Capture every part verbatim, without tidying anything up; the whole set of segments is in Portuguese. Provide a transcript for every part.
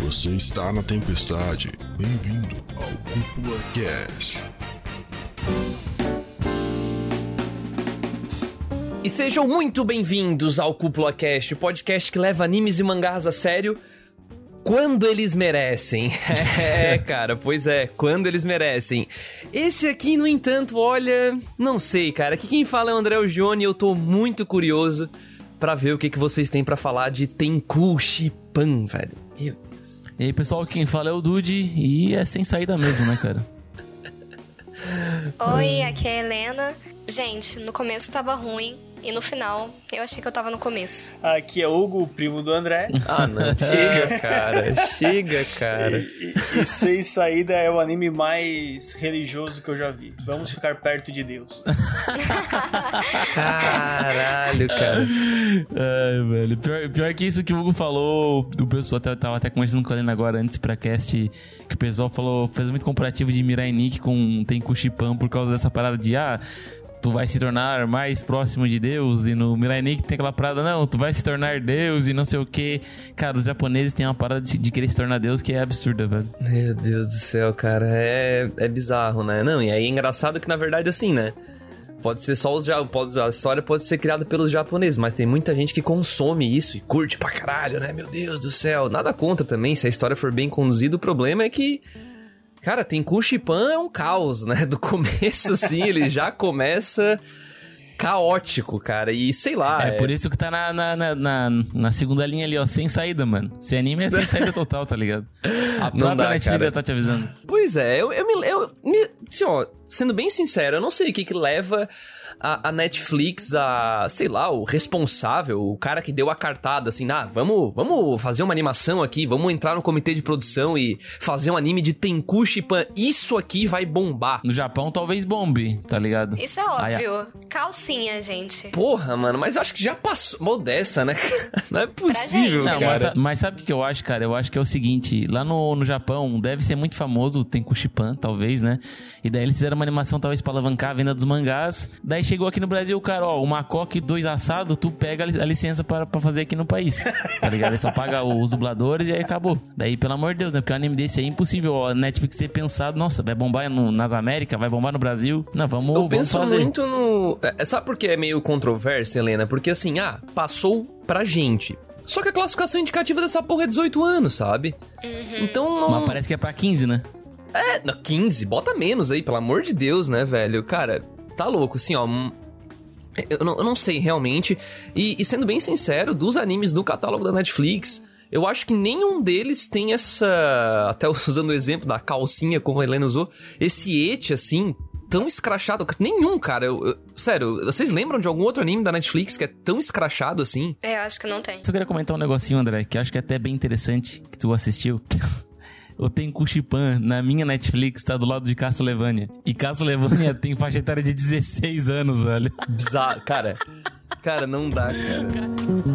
Você está na tempestade. Bem-vindo ao Cúpula Cast. E sejam muito bem-vindos ao Cúpula Cast, o podcast que leva animes e mangás a sério quando eles merecem. É, cara, pois é, quando eles merecem. Esse aqui, no entanto, olha, não sei, cara. Aqui quem fala é o André Ogione e eu tô muito curioso pra ver o que, que vocês têm pra falar de Tenku Shippan, velho. Meu Deus. E aí, pessoal, quem fala é o Dude e é sem saída mesmo, né, cara? Oi, aqui é a Helena. Gente, no começo tava ruim e no final eu achei que eu tava no começo. Aqui é Hugo, o primo do André. Ah, não. Chega, cara. Chega, cara. E, e, e Sem Saída é o anime mais religioso que eu já vi. Vamos ficar perto de Deus. Caralho, cara. Ai, velho. Pior, pior que isso que o Hugo falou, o pessoal até, tava até conversando com a Helena agora antes pra cast, que o pessoal falou, fez muito comparativo de Mirai Nikki com Tenku Shippan por causa dessa parada de, ah, tu vai se tornar mais próximo de Deus, e no Mirai Nikki tem aquela parada, não, tu vai se tornar Deus e não sei o que. Cara, os japoneses têm uma parada de, de querer se tornar Deus que é absurda, velho. Meu Deus do céu, cara, é, é bizarro, né? Não, e aí é engraçado que na verdade assim, né? Pode ser só os japoneses, a história pode ser criada pelos japoneses, mas tem muita gente que consome isso e curte pra caralho, né? Meu Deus do céu, nada contra também, se a história for bem conduzida, o problema é que, cara, Tenku Shippan é um caos, né? Do começo, assim, ele já começa caótico, cara, e sei lá... É, é... por isso que tá na, na, na, na, na segunda linha ali, ó, sem saída, mano. Esse anime é sem saída total, tá ligado? A própria dá, Netflix cara. já tá te avisando. Pois é, eu, eu me... Eu, me assim, ó, sendo bem sincero, eu não sei o que que leva... A, a Netflix, a, sei lá, o responsável, o cara que deu a cartada, assim, ah, vamos, vamos fazer uma animação aqui, vamos entrar no comitê de produção e fazer um anime de Tenku Shippan, isso aqui vai bombar. No Japão, talvez bombe, tá ligado? Isso é óbvio. Ai, Calcinha, gente. Porra, mano, mas acho que já passou mal dessa, né? Não é possível, gente, Não, cara. mas, mas sabe o que eu acho, cara? Eu acho que é o seguinte, lá no, no Japão deve ser muito famoso o Tenku Shippan, talvez, né? E daí eles fizeram uma animação talvez pra alavancar a venda dos mangás, daí chegou aqui no Brasil, cara, ó, uma coca e dois assados, tu pega a licença pra, pra fazer aqui no país, tá ligado? Ele só paga os dubladores e aí acabou. Daí, pelo amor de Deus, né? Porque um anime desse é impossível, ó, a Netflix ter pensado, nossa, vai bombar no, nas Américas, vai bombar no Brasil. Não, vamos, Eu vamos penso fazer. muito no... É, sabe por que é meio controverso, Helena? Porque assim, ah, passou pra gente. Só que a classificação indicativa dessa porra é dezoito anos, sabe? Uhum. Então não... Mas parece que é pra quinze, né? É, não, quinze, bota menos aí, pelo amor de Deus, né, velho? Cara, tá louco, assim, ó... Eu não, eu não sei realmente, e, e sendo bem sincero, dos animes do catálogo da Netflix, eu acho que nenhum deles tem essa, até usando o exemplo da calcinha como a Helena usou, esse ete assim, tão escrachado, nenhum, cara, eu, eu, sério, vocês lembram de algum outro anime da Netflix que é tão escrachado assim? É, eu acho que não tem. Só queria comentar um negocinho, André, que eu acho que é até bem interessante, que tu assistiu. O Tenku Shippan, na minha Netflix, tá do lado de Castlevania. E Castlevania tem faixa etária de dezesseis anos, velho. Bizarro, cara. Cara, não dá, cara.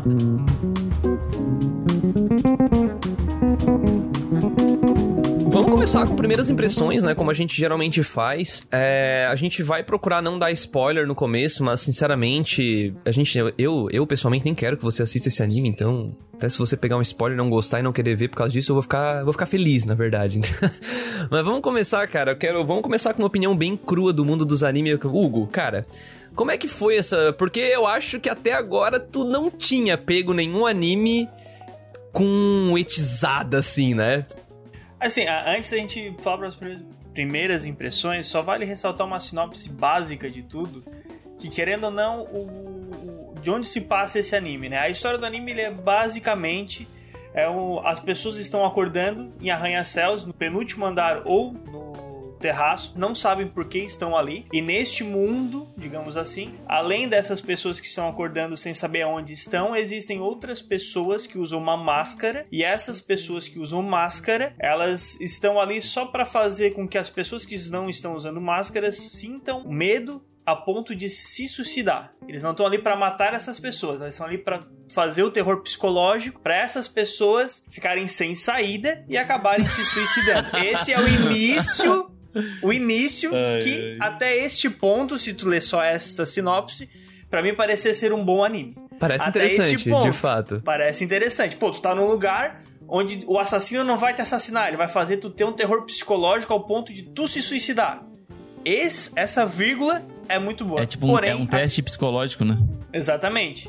Vamos começar com primeiras impressões, né? Como a gente geralmente faz. É, a gente vai procurar não dar spoiler no começo, mas sinceramente, a gente, eu, eu pessoalmente nem quero que você assista esse anime, então até se você pegar um spoiler, não gostar e não querer ver por causa disso, eu vou ficar, vou ficar feliz, na verdade. Mas vamos começar, cara. Eu quero, vamos começar com uma opinião bem crua do mundo dos animes. Hugo, cara, como é que foi essa... Porque eu acho que até agora tu não tinha pego nenhum anime com etizada assim, né? Assim, antes da gente falar para as primeiras impressões, só vale ressaltar uma sinopse básica de tudo, que querendo ou não, o, o, de onde se passa esse anime, né? A história do anime, ele é basicamente, é o, as pessoas estão acordando em arranha-céus, no penúltimo andar ou no terraço, não sabem por que estão ali, e neste mundo, digamos assim, além dessas pessoas que estão acordando sem saber aonde estão, existem outras pessoas que usam uma máscara, e essas pessoas que usam máscara, elas estão ali só para fazer com que as pessoas que não estão usando máscaras sintam medo a ponto de se suicidar. Eles não estão ali para matar essas pessoas, eles estão ali para fazer o terror psicológico para essas pessoas ficarem sem saída e acabarem se suicidando. Esse é o início O início, ai, que ai. até este ponto, se tu ler só essa sinopse, pra mim parecia ser um bom anime. Parece até interessante, ponto, de fato. Parece interessante. Pô, tu tá num lugar onde o assassino não vai te assassinar, ele vai fazer tu ter um terror psicológico ao ponto de tu se suicidar. Esse, essa vírgula é muito boa. É tipo um, Porém, é um teste a... psicológico, né? Exatamente.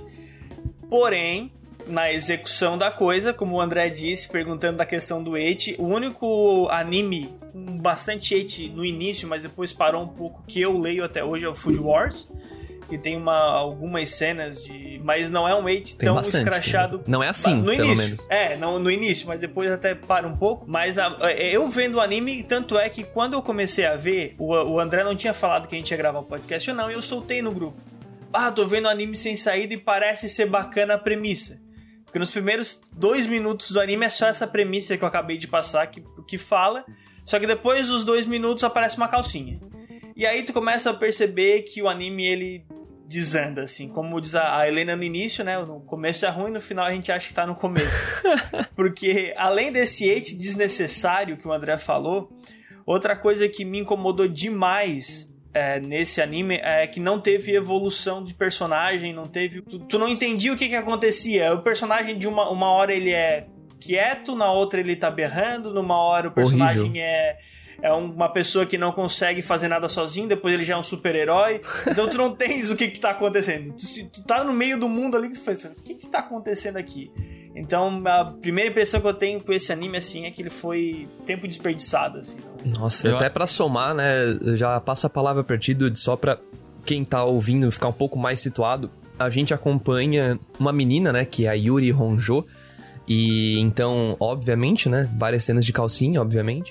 Porém, na execução da coisa, como o André disse, perguntando da questão do hate, o único anime com bastante hate no início, mas depois parou um pouco, que eu leio até hoje, é o Food Wars, que tem uma, algumas cenas de... Mas não é um hate tem tão bastante, escrachado. Não é assim, no início. pelo menos. É, não, no início, mas depois até para um pouco. Mas a, eu vendo o anime, tanto é que quando eu comecei a ver, o, o André não tinha falado que a gente ia gravar um podcast ou não, e eu soltei no grupo. Ah, tô vendo o anime sem saída e parece ser bacana a premissa. Porque nos primeiros dois minutos do anime é só essa premissa que eu acabei de passar, que, que fala, só que depois dos dois minutos aparece uma calcinha. E aí tu começa a perceber que o anime, ele desanda, assim. Como diz a Helena no início, né? No começo é ruim, no final a gente acha que tá no começo. Porque além desse hate desnecessário que o André falou, outra coisa que me incomodou demais é, nesse anime é que não teve evolução de personagem, não teve... Tu, tu não entendia o que que acontecia. O personagem de uma, uma hora ele é quieto, na outra ele tá berrando, numa hora o personagem Horrível. é... É uma pessoa que não consegue fazer nada sozinho, depois ele já é um super-herói. Então tu não tens o que que tá acontecendo. Tu, se, tu tá no meio do mundo ali que tu pensa, o que que tá acontecendo aqui? Então a primeira impressão que eu tenho com esse anime, assim, é que ele foi tempo desperdiçado, assim. Nossa, Eu... até pra somar, né, eu já passo a palavra pra ti, Dude, só pra quem tá ouvindo ficar um pouco mais situado. A gente acompanha uma menina, né, que é a Yuri Honjo. E então, obviamente, né, várias cenas de calcinha, obviamente.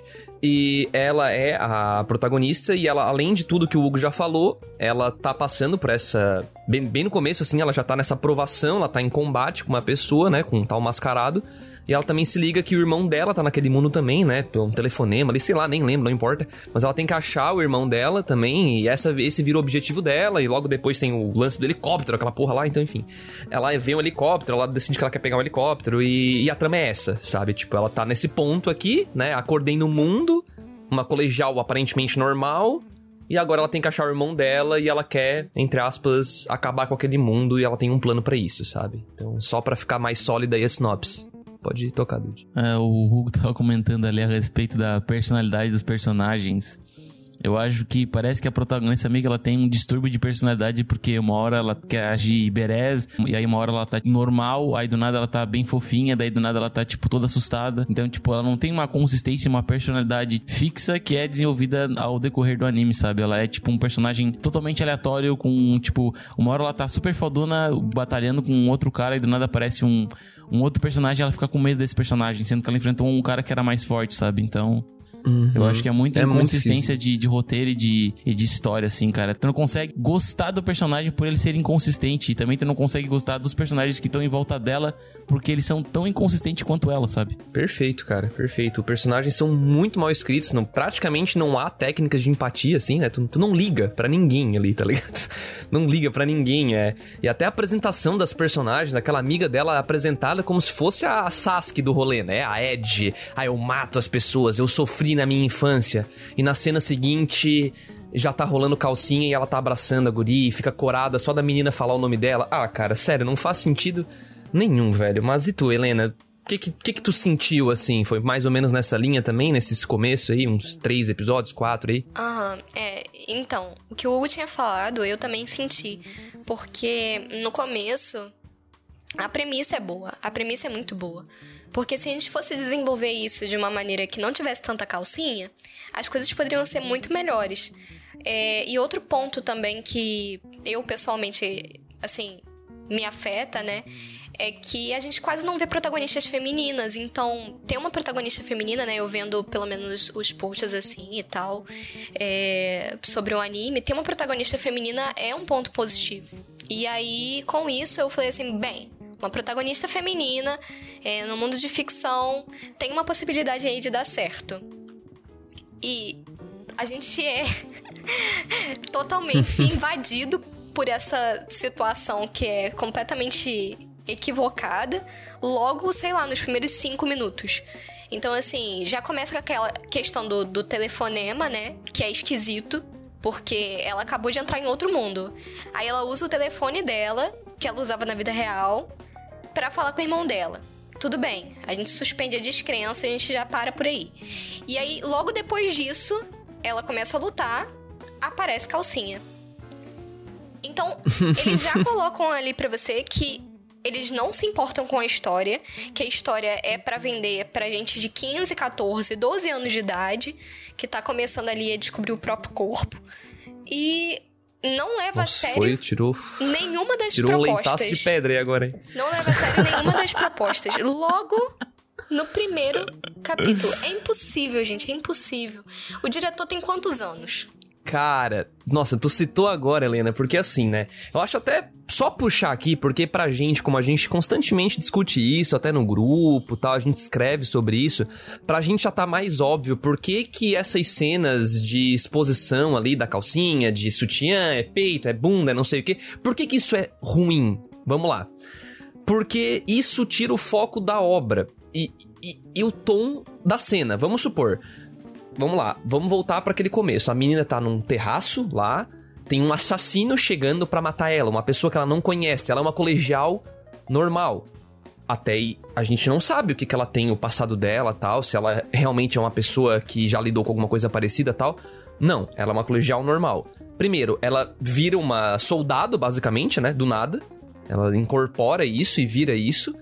E ela é a protagonista e ela, além de tudo que o Hugo já falou, ela tá passando por essa... Bem, bem no começo, assim, ela já tá nessa provação, ela tá em combate com uma pessoa, né, com um tal mascarado. E ela também se liga que o irmão dela tá naquele mundo também, né? Pelo um telefonema ali, sei lá, nem lembro, não importa. Mas ela tem que achar o irmão dela também. E essa, esse vira o objetivo dela. E logo depois tem o lance do helicóptero, aquela porra lá. Então, enfim. Ela vê um helicóptero, ela decide que ela quer pegar um helicóptero. E, e a trama é essa, sabe? Tipo, ela tá nesse ponto aqui, né? Acordei no mundo. Uma colegial aparentemente normal. E agora ela tem que achar o irmão dela e ela quer, entre aspas, acabar com aquele mundo. E ela tem um plano pra isso, sabe? Então, só pra ficar mais sólida aí a sinopse. Pode tocar, Dude. É, o Hugo tava comentando ali a respeito da personalidade dos personagens. Eu acho que parece que a protagonista amiga, ela tem um distúrbio de personalidade, porque uma hora ela quer agir berés, e aí uma hora ela tá normal, aí do nada ela tá bem fofinha, daí do nada ela tá, tipo, toda assustada. Então, tipo, ela não tem uma consistência, uma personalidade fixa que é desenvolvida ao decorrer do anime, sabe? Ela é, tipo, um personagem totalmente aleatório, com, tipo, uma hora ela tá super fodona, batalhando com um outro cara, e do nada aparece um, um outro personagem, ela fica com medo desse personagem, sendo que ela enfrentou um cara que era mais forte, sabe? Então... Uhum. Eu acho que é muita é inconsistência de, de roteiro e de, e de história, assim, cara. Tu não consegue gostar do personagem por ele ser inconsistente. E também tu não consegue gostar dos personagens que estão em volta dela porque eles são tão inconsistentes quanto ela, sabe? Perfeito, cara, perfeito. Os personagens são muito mal escritos. Não, praticamente não há técnicas de empatia, assim, né? Tu, tu não liga pra ninguém ali, tá ligado? Não liga pra ninguém, é. E até a apresentação das personagens, daquela amiga dela apresentada como se fosse a Sasuke do rolê, né? A Edge. Ah, eu mato as pessoas, eu sofri na minha infância. E na cena seguinte já tá rolando calcinha e ela tá abraçando a guria e fica corada só da menina falar o nome dela. Ah, cara, sério, não faz sentido nenhum, velho. Mas e tu, Helena? O que, que que tu sentiu, assim? Foi mais ou menos nessa linha também, nesses começos aí? Uns três episódios, quatro aí? Aham, é. Então, o que o Hugo tinha falado, eu também senti. Porque no começo, a premissa é boa. A premissa é muito boa. Porque se a gente fosse desenvolver isso de uma maneira que não tivesse tanta calcinha, as coisas poderiam ser muito melhores. É, e outro ponto também que eu, pessoalmente, assim, me afeta, né? É que a gente quase não vê protagonistas femininas. Então, ter uma protagonista feminina, né? Eu vendo pelo menos os posts assim e tal, é, sobre o anime, ter uma protagonista feminina é um ponto positivo. E aí, com isso, eu falei assim, bem... Uma protagonista feminina, é, no mundo de ficção, tem uma possibilidade aí de dar certo. E a gente é totalmente invadido por essa situação que é completamente equivocada, logo, sei lá, nos primeiros cinco minutos. Então, assim, já começa com aquela questão do, do telefonema, né? Que é esquisito, porque ela acabou de entrar em outro mundo. Aí ela usa o telefone dela, que ela usava na vida real, pra falar com o irmão dela. tudo bem. A gente suspende a descrença, a gente já para por aí. E aí, logo depois disso, ela começa a lutar, aparece Calcinha. Então, eles já colocam ali pra você que eles não se importam com a história, que a história é pra vender pra gente de quinze, catorze, doze anos de idade, que tá começando ali a descobrir o próprio corpo. E não leva Nossa, a sério foi, tirou, nenhuma das tirou propostas. um leitaço de pedra aí agora, hein? Não leva a sério nenhuma das propostas. Logo no primeiro capítulo. É impossível, gente, é impossível. O diretor tem quantos anos? Cara, nossa, tu citou agora, Helena, porque assim, né? Eu acho até só puxar aqui, porque pra gente, como a gente constantemente discute isso, até no grupo, tal, a gente escreve sobre isso, pra gente já tá mais óbvio por que que essas cenas de exposição ali da calcinha, de sutiã, é peito, é bunda, é não sei o quê, por que que isso é ruim? Vamos lá. Porque isso tira o foco da obra e, e, e o tom da cena. Vamos supor... Vamos lá, vamos voltar pra aquele começo. A menina tá num terraço lá, tem um assassino chegando pra matar ela, uma pessoa que ela não conhece, ela é uma colegial normal. Até aí, a gente não sabe o que que ela tem, o passado dela, tal, se ela realmente é uma pessoa que já lidou com alguma coisa parecida, tal. Não, ela é uma colegial normal. Primeiro, ela vira uma soldado, basicamente, né, do nada. Ela incorpora isso e vira isso.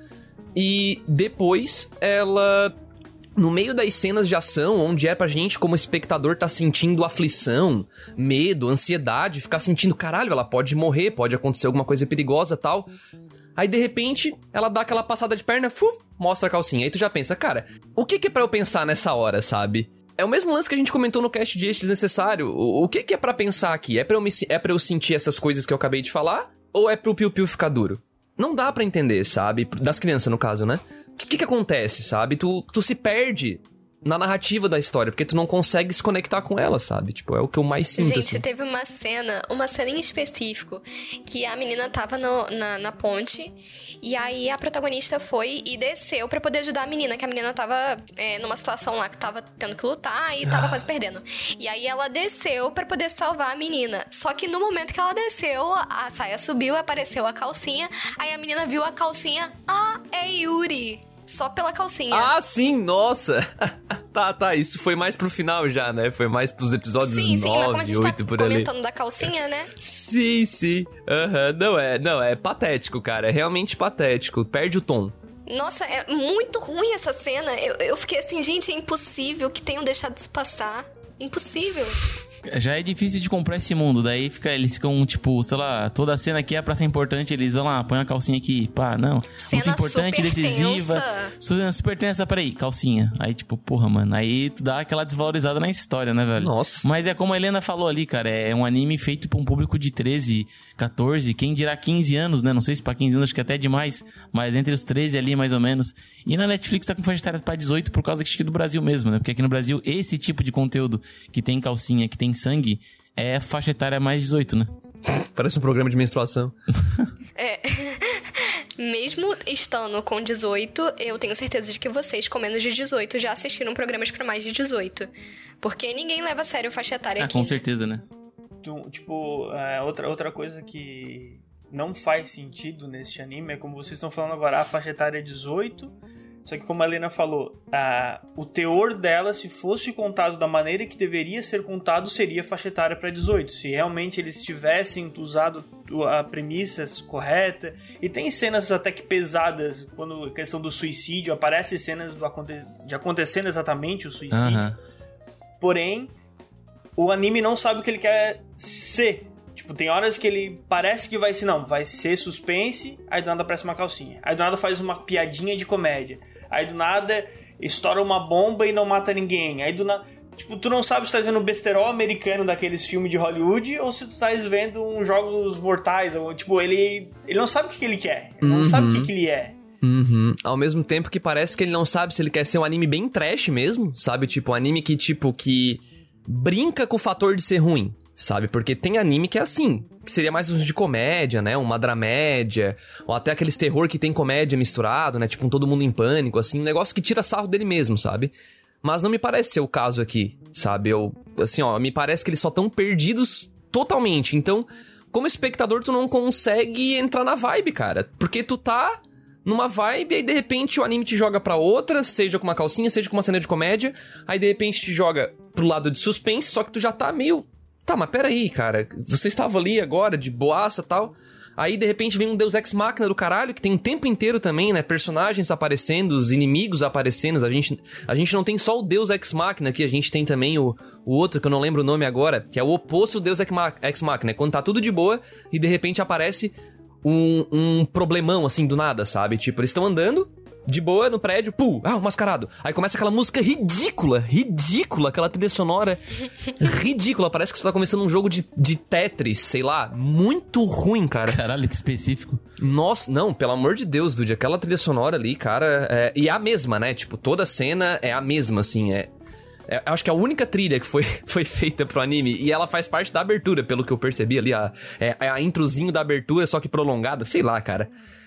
E depois, ela... No meio das cenas de ação, onde é pra gente, como espectador, tá sentindo aflição, medo, ansiedade, ficar sentindo, caralho, ela pode morrer, pode acontecer alguma coisa perigosa e tal. Aí, de repente, ela dá aquela passada de perna, fuf, mostra a calcinha. Aí tu já pensa, cara, o que que é pra eu pensar nessa hora, sabe? É o mesmo lance que a gente comentou no cast de Este Desnecessário. O, o que que é pra pensar aqui? É pra, eu me, é pra eu sentir essas coisas que eu acabei de falar? Ou é pro piu-piu ficar duro? Não dá pra entender, sabe? Das crianças, no caso, né? O que, que que acontece, sabe? Tu, tu se perde na narrativa da história, porque tu não consegue se conectar com ela, sabe? Tipo, é o que eu mais sinto, Gente, assim. teve uma cena, uma cena em específico, que a menina tava no, na, na ponte, e aí a protagonista foi e desceu pra poder ajudar a menina, que a menina tava é, numa situação lá que tava tendo que lutar e tava ah. quase perdendo. E aí ela desceu pra poder salvar a menina. Só que no momento que ela desceu, a saia subiu, apareceu a calcinha, aí a menina viu a calcinha, ah, é Yuri. Só pela calcinha. Ah, sim, nossa. tá, tá, isso foi mais pro final já, né? Foi mais pros episódios sim, sim, nove, mas como a gente oito tá por ali. comentando da calcinha, né? Sim, sim. Aham, uhum. Não, é, não, é patético, cara. É realmente patético. Perde o tom. Nossa, é muito ruim essa cena. Eu, eu fiquei assim, gente, é impossível que tenham deixado isso passar. Impossível. Já é difícil de comprar esse mundo, daí fica, eles ficam, tipo, sei lá, toda a cena aqui é pra ser importante, eles vão lá, põe a calcinha aqui, pá, não. Cena muito importante, super decisiva. tensa. Super tensa, peraí, calcinha. Aí, tipo, porra, mano, aí tu dá aquela desvalorizada na história, né, velho? Nossa. Mas é como a Helena falou ali, cara, é um anime feito pra um público de treze, catorze, quem dirá quinze anos, né? Não sei se pra quinze anos, acho que até é demais, mas entre os treze ali, mais ou menos. E na Netflix tá com faixa etária pra dezoito por causa que acho que do Brasil mesmo, né? Porque aqui no Brasil, esse tipo de conteúdo que tem calcinha, que tem sangue, é faixa etária mais dezoito, né? Parece um programa de menstruação. É. Mesmo estando com dezoito, eu tenho certeza de que vocês, com menos de dezoito, já assistiram programas pra mais de dezoito. Porque ninguém leva a sério faixa etária ah, aqui. Com né? certeza, né? Tipo, é, outra, outra coisa que não faz sentido nesse anime é como vocês estão falando agora, a faixa etária é dezoito. Só que como a Helena falou, a, o teor dela, se fosse contado da maneira que deveria ser contado, seria faixa etária para dezoito. Se realmente eles tivessem usado a premissa correta. E tem cenas até que pesadas, quando a questão do suicídio, aparecem cenas do aconte- de acontecendo exatamente o suicídio. Uhum. Porém, o anime não sabe o que ele quer ser. Tipo, tem horas que ele parece que vai ser, não, vai ser suspense, aí do nada aparece uma calcinha. Aí do nada faz uma piadinha de comédia. Aí do nada estoura uma bomba e não mata ninguém. Aí do nada... Tipo, tu não sabe se tu tá vendo um besterol americano daqueles filmes de Hollywood ou se tu tá vendo uns Jogos Mortais. Ou, tipo, ele... Ele não sabe o que, que ele quer. Ele Uhum. não sabe o que, que ele é. Uhum. Ao mesmo tempo que parece que ele não sabe se ele quer ser um anime bem trash mesmo, sabe? Tipo, um anime que, tipo, que brinca com o fator de ser ruim. Sabe? Porque tem anime que é assim, que seria mais uns de comédia, né? Uma dramédia, ou até aqueles terror que tem comédia misturado, né? Tipo um Todo Mundo em Pânico, assim, um negócio que tira sarro dele mesmo, sabe? Mas não me parece ser o caso aqui, sabe? Eu, assim, ó, me parece que eles só estão perdidos totalmente. Então, como espectador, tu não consegue entrar na vibe, cara. Porque tu tá numa vibe, aí de repente o anime te joga pra outra, seja com uma calcinha, seja com uma cena de comédia, aí de repente te joga pro lado de suspense, só que tu já tá meio... Tá, mas peraí, cara, você estava ali agora, de boaça e tal... Aí, de repente, vem um Deus Ex Machina do caralho, que tem um tempo inteiro também, né? Personagens aparecendo, os inimigos aparecendo. A gente, a gente não tem só o Deus Ex Machina aqui, a gente tem também o, o outro, que eu não lembro o nome agora, que é o oposto do Deus Ex Machina. Quando tá tudo de boa e, de repente, aparece um, um problemão, assim, do nada, sabe? Tipo, eles estão andando... De boa, no prédio, pum, ah, o mascarado. Aí começa aquela música ridícula, ridícula, aquela trilha sonora ridícula. Parece que você tá começando um jogo de, de Tetris, sei lá. Muito ruim, cara. Caralho, que específico. Nossa, não, pelo amor de Deus, Dude. Aquela trilha sonora ali, cara, é, e é a mesma, né? Tipo, toda a cena é a mesma, assim, é... é acho que é a única trilha que foi, foi feita pro anime. E ela faz parte da abertura, pelo que eu percebi ali. A, é, é a introzinho da abertura, só que prolongada, sei lá, cara.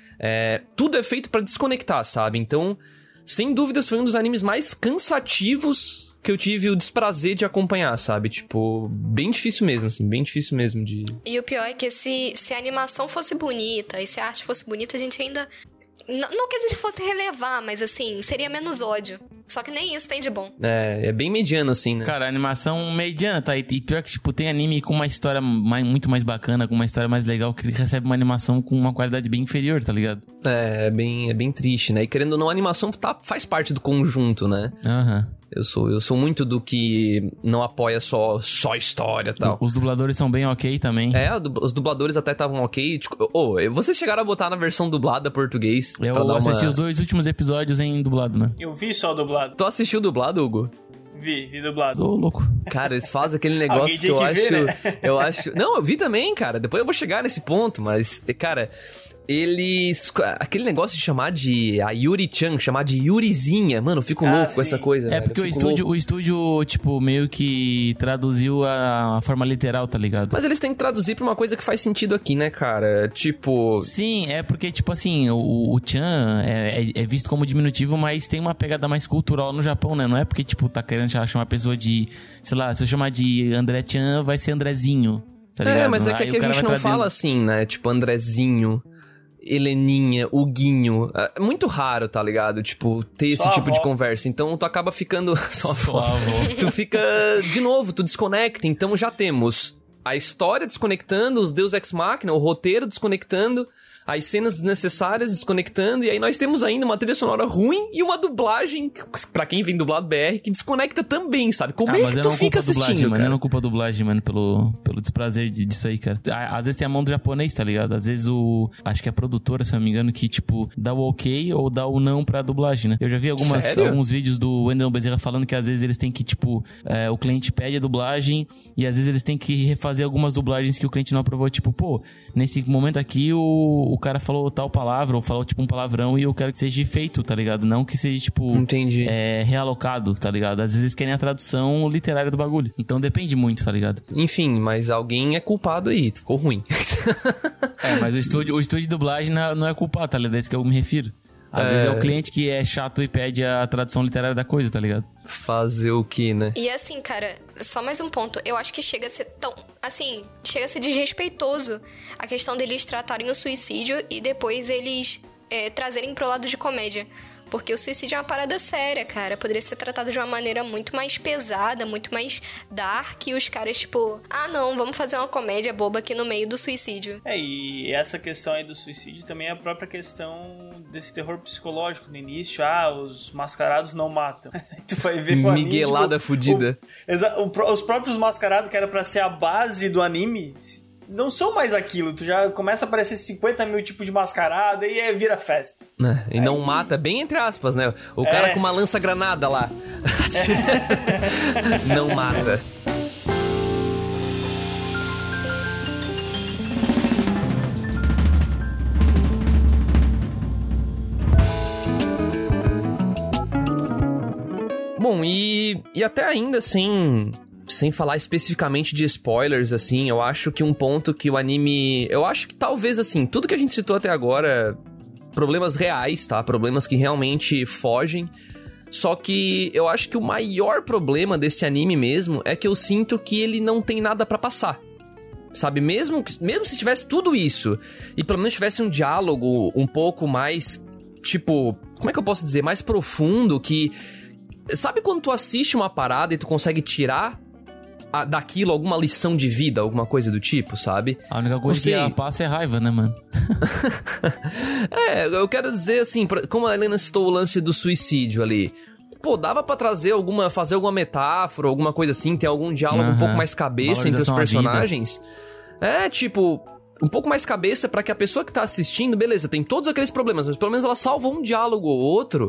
É, tudo é feito pra desconectar, sabe? Então, sem dúvidas, foi um dos animes mais cansativos que eu tive o desprazer de acompanhar, sabe? Tipo, bem difícil mesmo, assim, bem difícil mesmo de... E o pior é que se, se a animação fosse bonita e se a arte fosse bonita, a gente ainda... Não, não que a gente fosse relevar, mas assim, seria menos ódio. Só que nem isso tem de bom. É, é bem mediano, assim, né? Cara, a animação mediana, tá? E pior que, tipo, tem anime com uma história mais, muito mais bacana, com uma história mais legal, que recebe uma animação com uma qualidade bem inferior, tá ligado? É, é bem, é bem triste, né? E querendo ou não, a animação tá, faz parte do conjunto, né? Aham. Uhum. Eu sou, eu sou muito do que não apoia só, só história e tal. Os dubladores são bem ok também. É, os dubladores até estavam ok. Tipo, oh, vocês chegaram a botar na versão dublada português? Eu pra dar assisti uma... os dois últimos episódios em dublado, né? Eu vi só o dublado. Tu assistiu dublado, Hugo? Vi, vi dublado. Ô, louco. Cara, eles fazem aquele negócio que eu que acho... Ver, né? Eu acho... Não, eu vi também, cara. Depois eu vou chegar nesse ponto, mas... Cara... Eles... Aquele negócio de chamar de... A Yuri-chan, chamar de Yurizinha. Mano, eu fico ah, louco sim. com essa coisa, É velho. porque o estúdio, o estúdio, tipo, meio que traduziu a, a forma literal, tá ligado? Mas eles têm que traduzir pra uma coisa que faz sentido aqui, né, cara? Tipo... Sim, é porque, tipo assim, o, o chan é, é, é visto como diminutivo, mas tem uma pegada mais cultural no Japão, né? Não é porque, tipo, tá querendo chamar a pessoa de... Sei lá, se eu chamar de André-chan, vai ser Andrezinho, tá ligado? É, mas é que Aí aqui a gente não trazendo... fala assim, né? Tipo, Andrezinho... Heleninha, Huguinho. É muito raro, tá ligado? Tipo, ter esse Só tipo avó. de conversa. Então, tu acaba ficando... Só, Só avó. Tu fica... De novo, tu desconecta. Então, já temos a história desconectando, os Deus Ex Machina, o roteiro desconectando, as cenas desnecessárias desconectando, e aí nós temos ainda uma trilha sonora ruim e uma dublagem, pra quem vem dublado B R, que desconecta também, sabe? Como ah, é que tu fica assistindo, dublagem, cara? Mano, eu não culpo a dublagem, mano, pelo, pelo desprazer de, disso aí, cara. Às vezes tem a mão do japonês, tá ligado? Às vezes o... Acho que é a produtora, se não me engano, que, tipo, dá o ok ou dá o não pra dublagem, né? Eu já vi algumas, alguns vídeos do Wendell Bezerra falando que às vezes eles têm que, tipo... É, o cliente pede a dublagem e às vezes eles têm que refazer algumas dublagens que o cliente não aprovou. Tipo, pô, nesse momento aqui o, o cara falou tal palavra ou falou, tipo, um palavrão e eu quero que seja feito, tá ligado? Não que seja, tipo... Entendi. É, realocado, tá ligado? Às vezes eles querem a tradução literária do bagulho. Então depende muito, tá ligado? Enfim, mas alguém é culpado aí. Ficou ruim. É, mas o estúdio, o estúdio de dublagem não é, não é culpado, tá ligado? É isso que eu me refiro. Às é... vezes é o cliente que é chato e pede a tradução literária da coisa, tá ligado? Fazer o que, né? E assim, cara, só mais um ponto. Eu acho que chega a ser tão... Assim, chega a ser desrespeitoso a questão deles tratarem o suicídio e depois eles é, trazerem pro lado de comédia. Porque o suicídio é uma parada séria, cara. Poderia ser tratado de uma maneira muito mais pesada, muito mais dark. E os caras, tipo... Ah, não, vamos fazer uma comédia boba aqui no meio do suicídio. É, e essa questão aí do suicídio também é a própria questão desse terror psicológico. No início, ah, os mascarados não matam. Tu vai ver o anime... Miguelada tipo, fudida. O, o, os próprios mascarados, que era pra ser a base do anime... Não são mais aquilo, tu já começa a aparecer cinquenta mil tipos de mascarada e é, vira festa. É, e aí, não mata, bem entre aspas, né? O é. cara com uma lança-granada lá. É. Não mata. Bom, e, e até ainda assim... Sem falar especificamente de spoilers, assim, eu acho que um ponto que o anime... Eu acho que talvez, assim, tudo que a gente citou até agora... Problemas reais, tá? Problemas que realmente fogem. Só que eu acho que o maior problema desse anime mesmo... É que eu sinto que ele não tem nada pra passar. Sabe? Mesmo, mesmo se tivesse tudo isso... E pelo menos tivesse um diálogo um pouco mais... tipo, como é que eu posso dizer? Mais profundo, que... Sabe quando tu assiste uma parada e tu consegue tirar a, daquilo alguma lição de vida, alguma coisa do tipo, sabe? A única coisa que ela passa é raiva, né, mano? É, eu quero dizer assim, como a Helena citou o lance do suicídio ali... Pô, dava pra trazer alguma, fazer alguma metáfora, alguma coisa assim, ter algum diálogo uhum. um pouco mais cabeça entre os personagens. É, tipo, um pouco mais cabeça pra que a pessoa que tá assistindo, beleza, tem todos aqueles problemas, mas pelo menos ela salva um diálogo ou outro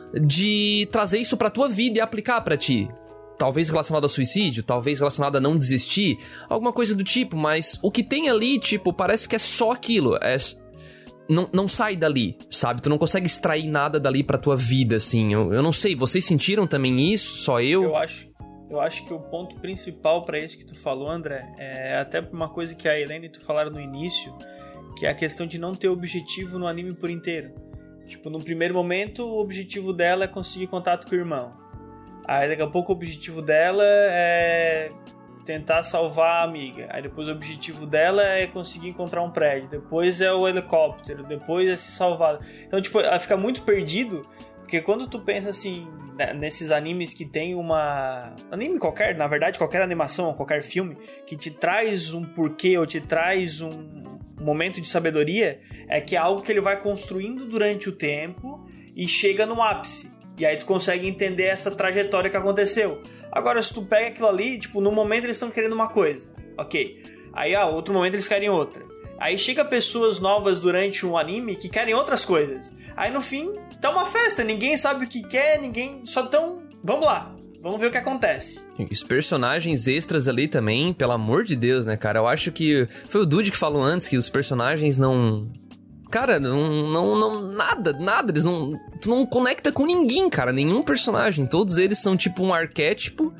de trazer isso pra tua vida e aplicar pra ti. Talvez relacionado ao suicídio, talvez relacionado a não desistir, alguma coisa do tipo, mas o que tem ali, tipo, parece que é só aquilo, é... Não, não sai dali, sabe? Tu não consegue extrair nada dali pra tua vida, assim. Eu, eu não sei, vocês sentiram também isso? Só eu? Eu acho, eu acho que o ponto principal pra isso que tu falou, André, é até uma coisa que a Helena e tu falaram no início, que é a questão de não ter objetivo no anime por inteiro. Tipo, no primeiro momento, o objetivo dela é conseguir contato com o irmão. Aí daqui a pouco o objetivo dela é... tentar salvar a amiga. Aí depois o objetivo dela é conseguir encontrar um prédio. Depois é o helicóptero. Depois é se salvar. Então, tipo, ela fica muito perdido. Porque quando tu pensa assim, nesses animes que tem uma... Anime qualquer, na verdade, qualquer animação ou qualquer filme que te traz um porquê ou te traz um momento de sabedoria, é que é algo que ele vai construindo durante o tempo e chega no ápice. E aí tu consegue entender essa trajetória que aconteceu. Agora, se tu pega aquilo ali, tipo, no momento eles estão querendo uma coisa, ok. Aí, ah, outro momento eles querem outra. Aí chega pessoas novas durante um anime que querem outras coisas. Aí no fim, tá uma festa, ninguém sabe o que quer, ninguém... Só tão... Vamos lá, vamos ver o que acontece. Os personagens extras ali também, pelo amor de Deus, né, cara? Eu acho que... Foi o Dude que falou antes que os personagens não... Cara, não, não, não, nada, nada, eles não, tu não conecta com ninguém, cara, nenhum personagem, todos eles são tipo um arquétipo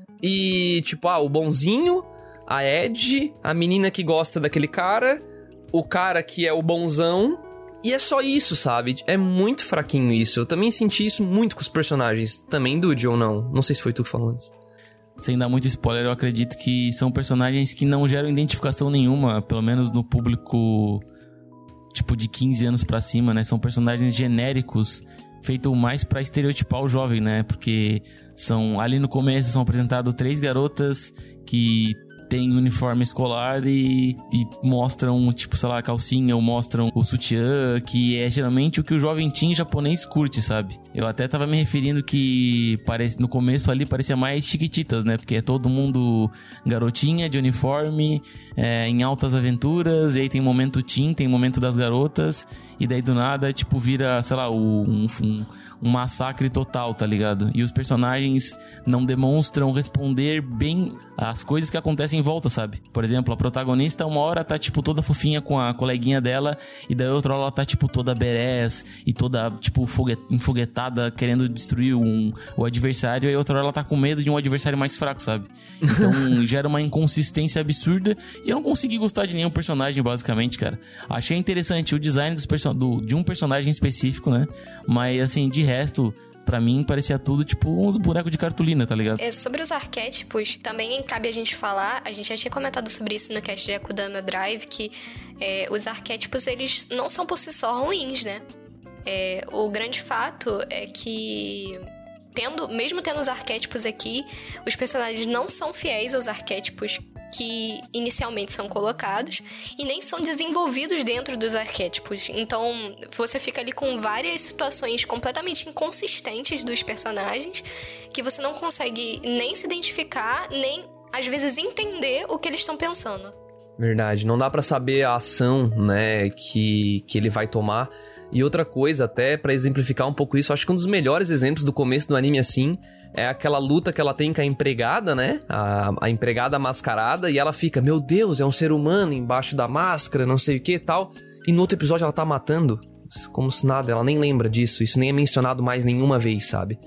e tipo, ah, o bonzinho, a Ed, a menina que gosta daquele cara, o cara que é o bonzão, e é só isso, sabe? É muito fraquinho isso, eu também senti isso muito com os personagens, também, Dude, ou não? Não sei se foi tu que falou antes. Sem dar muito spoiler, eu acredito que são personagens que não geram identificação nenhuma, pelo menos no público... tipo, de quinze anos pra cima, né? São personagens genéricos, feitos mais pra estereotipar o jovem, né? Porque são, ali no começo, são apresentadas três garotas que têm uniforme escolar e, e mostram, tipo, sei lá, a calcinha, ou mostram o sutiã, que é geralmente o que o jovem teen japonês curte, sabe? Eu até tava me referindo que parece, no começo ali parecia mais Chiquititas, né? Porque é todo mundo garotinha, de uniforme, é, em altas aventuras, e aí tem momento teen, tem momento das garotas, e daí do nada, tipo, vira, sei lá, um... um um massacre total, tá ligado? E os personagens não demonstram responder bem às coisas que acontecem em volta, sabe? Por exemplo, a protagonista uma hora tá, tipo, toda fofinha com a coleguinha dela, e daí outra hora ela tá, tipo, toda badass e toda, tipo, foguet- enfoguetada, querendo destruir um, o adversário, e outra hora ela tá com medo de um adversário mais fraco, sabe? Então, gera uma inconsistência absurda, e eu não consegui gostar de nenhum personagem, basicamente, cara. Achei interessante o design dos perso- do, de um personagem específico, né? Mas, assim, de resto, pra mim, parecia tudo tipo uns bonecos de cartolina, tá ligado? É, sobre os arquétipos, também cabe a gente falar, a gente já tinha comentado sobre isso no cast de Akudama Drive, que é, os arquétipos, eles não são por si só ruins, né? É, o grande fato é que, tendo, mesmo tendo os arquétipos aqui, os personagens não são fiéis aos arquétipos que inicialmente são colocados e nem são desenvolvidos dentro dos arquétipos. Então, você fica ali com várias situações completamente inconsistentes dos personagens que você não consegue nem se identificar, nem, às vezes, entender o que eles estão pensando. Verdade, não dá pra saber a ação, né, que, que ele vai tomar. E outra coisa, até pra exemplificar um pouco isso, acho que um dos melhores exemplos do começo do anime, assim, é aquela luta que ela tem com a empregada, né? A, a empregada mascarada, e ela fica, meu Deus, é um ser humano embaixo da máscara, não sei o que e tal. E no outro episódio ela tá matando, como se nada, ela nem lembra disso, isso nem é mencionado mais nenhuma vez, sabe?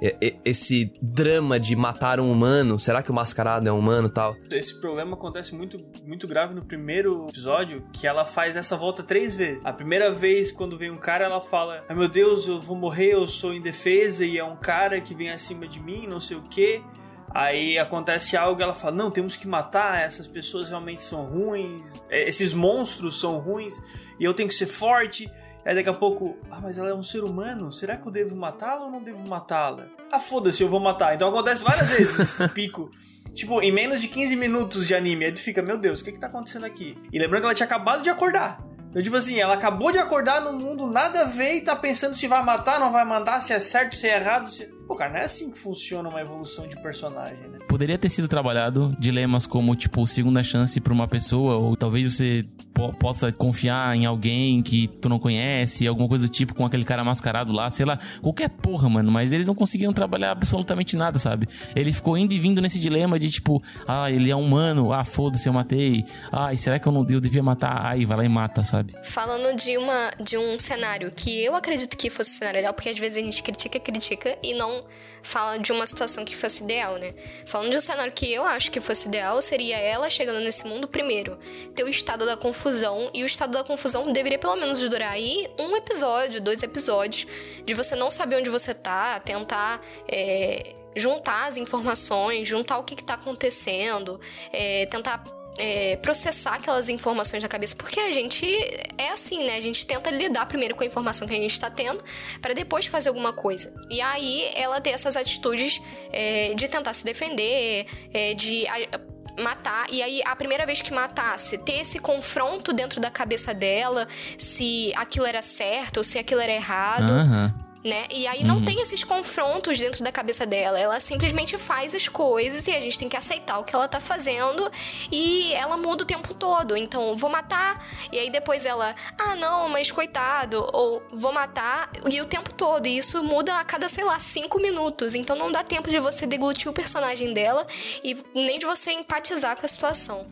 Esse drama de matar um humano, será que o mascarado é um humano e tal? Esse problema acontece muito, muito grave no primeiro episódio, que ela faz essa volta três vezes. A primeira vez, quando vem um cara, ela fala, ai meu Deus, eu vou morrer, eu sou indefesa e é um cara que vem acima de mim, não sei o quê. Aí acontece algo e ela fala, não, temos que matar, essas pessoas realmente são ruins, esses monstros são ruins e eu tenho que ser forte. Aí daqui a pouco, ah, mas ela é um ser humano, será que eu devo matá-la ou não devo matá-la? Ah, foda-se, eu vou matar. Então acontece várias vezes esse pico. Tipo, em menos de quinze minutos de anime, aí tu fica, meu Deus, o que que tá acontecendo aqui? E lembrando que ela tinha acabado de acordar. Então, tipo assim, ela acabou de acordar num mundo nada a ver e tá pensando se vai matar, não vai mandar, se é certo, se é errado. Se... Pô, cara, não é assim que funciona uma evolução de personagem, né? Poderia ter sido trabalhado dilemas como, tipo, segunda chance pra uma pessoa, ou talvez você po- possa confiar em alguém que tu não conhece, alguma coisa do tipo, com aquele cara mascarado lá, sei lá, qualquer porra, mano. Mas eles não conseguiram trabalhar absolutamente nada, sabe? Ele ficou indo e vindo nesse dilema de, tipo, ah, ele é humano, ah, foda-se, eu matei. Ah, e será que eu não eu devia matar? Aí vai lá e mata, sabe? Falando de, uma, de um cenário que eu acredito que fosse um cenário ideal, porque às vezes a gente critica, critica e não fala de uma situação que fosse ideal, né? Falando de um cenário que eu acho que fosse ideal, seria ela chegando nesse mundo primeiro, ter o estado da confusão, e o estado da confusão deveria pelo menos durar aí um episódio, dois episódios, de você não saber onde você tá, tentar... É, juntar as informações, juntar o que, que tá acontecendo, é, tentar... É, processar aquelas informações na cabeça, porque a gente é assim, né? A gente tenta lidar primeiro com a informação que a gente tá tendo para depois fazer alguma coisa. E aí ela ter essas atitudes é, de tentar se defender, é, de a, matar, e aí a primeira vez que matasse, ter esse confronto dentro da cabeça dela, se aquilo era certo ou se aquilo era errado. Aham. Né? E aí não uhum. tem esses confrontos dentro da cabeça dela. Ela simplesmente faz as coisas e a gente tem que aceitar o que ela tá fazendo, e ela muda o tempo todo. Então, vou matar, e aí depois ela, ah, não, mas coitado, ou vou matar, e o tempo todo. E isso muda a cada, sei lá, cinco minutos. Então não dá tempo de você deglutir o personagem dela e nem de você empatizar com a situação.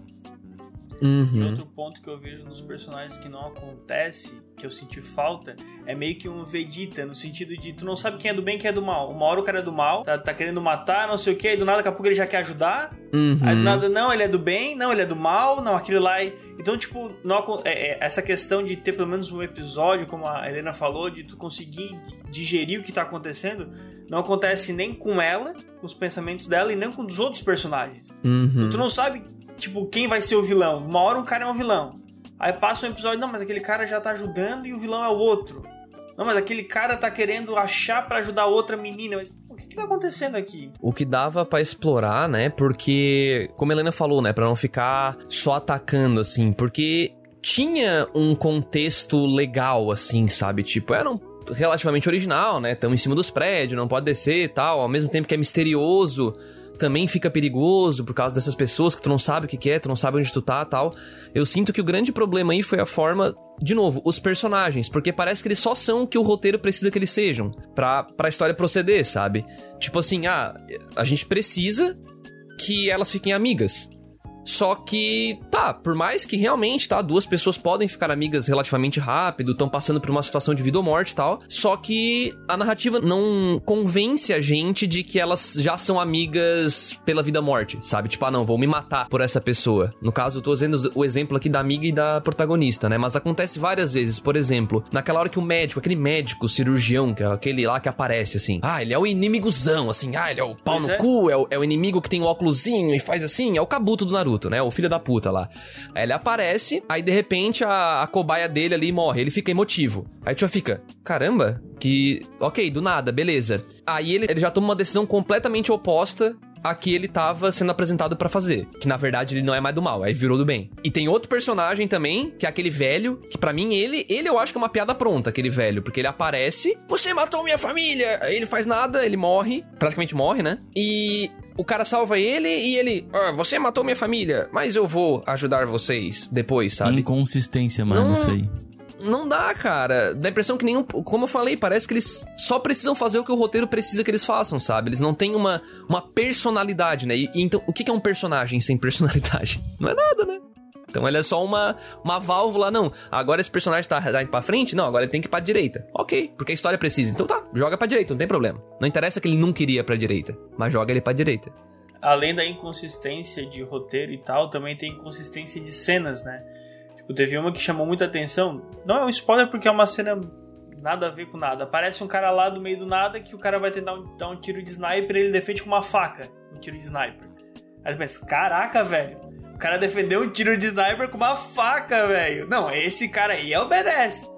Uhum. E outro ponto que eu vejo nos personagens que não acontece, que eu senti falta, é meio que um Vegeta, no sentido de tu não sabe quem é do bem e quem é do mal. Uma hora o cara é do mal, tá, tá querendo matar, não sei o que, aí do nada daqui a pouco ele já quer ajudar, uhum. aí do nada, não, ele é do bem, não, ele é do mal, não, aquilo lá... É... Então, tipo, não, é, é, essa questão de ter pelo menos um episódio, como a Helena falou, de tu conseguir digerir o que tá acontecendo, não acontece nem com ela, com os pensamentos dela, e nem com os outros personagens. Uhum. Então, tu não sabe... Tipo, quem vai ser o vilão? Uma hora um cara é um vilão. Aí passa um episódio, não, mas aquele cara já tá ajudando e o vilão é o outro. Não, mas aquele cara tá querendo achar pra ajudar outra menina. Mas o que que tá acontecendo aqui? O que dava pra explorar, né? Porque, como a Helena falou, né? Pra não ficar só atacando, assim. Porque tinha um contexto legal, assim, sabe? Tipo, era um relativamente original, né? Tamo em cima dos prédios, não pode descer e tal. Ao mesmo tempo que é misterioso... também fica perigoso por causa dessas pessoas que tu não sabe o que que é, tu não sabe onde tu tá e tal. Eu sinto que o grande problema aí foi a forma, de novo, os personagens, porque parece que eles só são o que o roteiro precisa que eles sejam pra, pra história proceder, sabe? Tipo assim, ah, a gente precisa que elas fiquem amigas. Só que, tá, por mais que realmente, tá, duas pessoas podem ficar amigas relativamente rápido, estão passando por uma situação de vida ou morte e tal, só que a narrativa não convence a gente de que elas já são amigas pela vida ou morte, sabe? Tipo, ah, não, vou me matar por essa pessoa. No caso, eu tô usando o exemplo aqui da amiga e da protagonista, né? Mas acontece várias vezes, por exemplo, naquela hora que o médico, aquele médico cirurgião, que é aquele lá que aparece, assim, ah, ele é o inimigozão, assim, ah, ele é o pau Pois no é. cu, é o, é o inimigo que tem o óculosinho e faz assim, é o Kabuto do Naruto. Né? O filho da puta lá. Aí ele aparece, aí de repente a, a cobaia dele ali morre. Ele fica emotivo. Aí tu já fica, caramba, que... Ok, do nada, beleza. Aí ele, ele já toma uma decisão completamente oposta a que ele tava sendo apresentado pra fazer. Que na verdade ele não é mais do mal, aí virou do bem. E tem outro personagem também, que é aquele velho, que pra mim ele, ele eu acho que é uma piada pronta, aquele velho. Porque ele aparece, você matou minha família! Aí ele faz nada, ele morre, praticamente morre, né? E... o cara salva ele e ele... Ah, você matou minha família, mas eu vou ajudar vocês depois, sabe? Inconsistência, mano, Não- isso aí. Não dá, cara. Dá a impressão que nenhum... Como eu falei, parece que eles só precisam fazer o que o roteiro precisa que eles façam, sabe? Eles não têm uma, uma personalidade, né? E, e então, o que que é um personagem sem personalidade? Não é nada, né? Então ele é só uma, uma válvula, não. Agora esse personagem tá, tá indo pra frente? Não, agora ele tem que ir pra direita. Ok, porque a história precisa. Então tá, joga pra direita, não tem problema. Não interessa que ele nunca iria pra direita, mas joga ele pra direita. Além da inconsistência de roteiro e tal, também tem inconsistência de cenas, né? Tipo, teve uma que chamou muita atenção. Não é um spoiler porque é uma cena nada a ver com nada. Aparece um cara lá do meio do nada que o cara vai tentar um, dar um tiro de sniper e ele defende com uma faca. Um tiro de sniper. Aí você pensa, caraca, velho. O cara defendeu um tiro de sniper com uma faca, velho. Não, esse cara aí é o badass.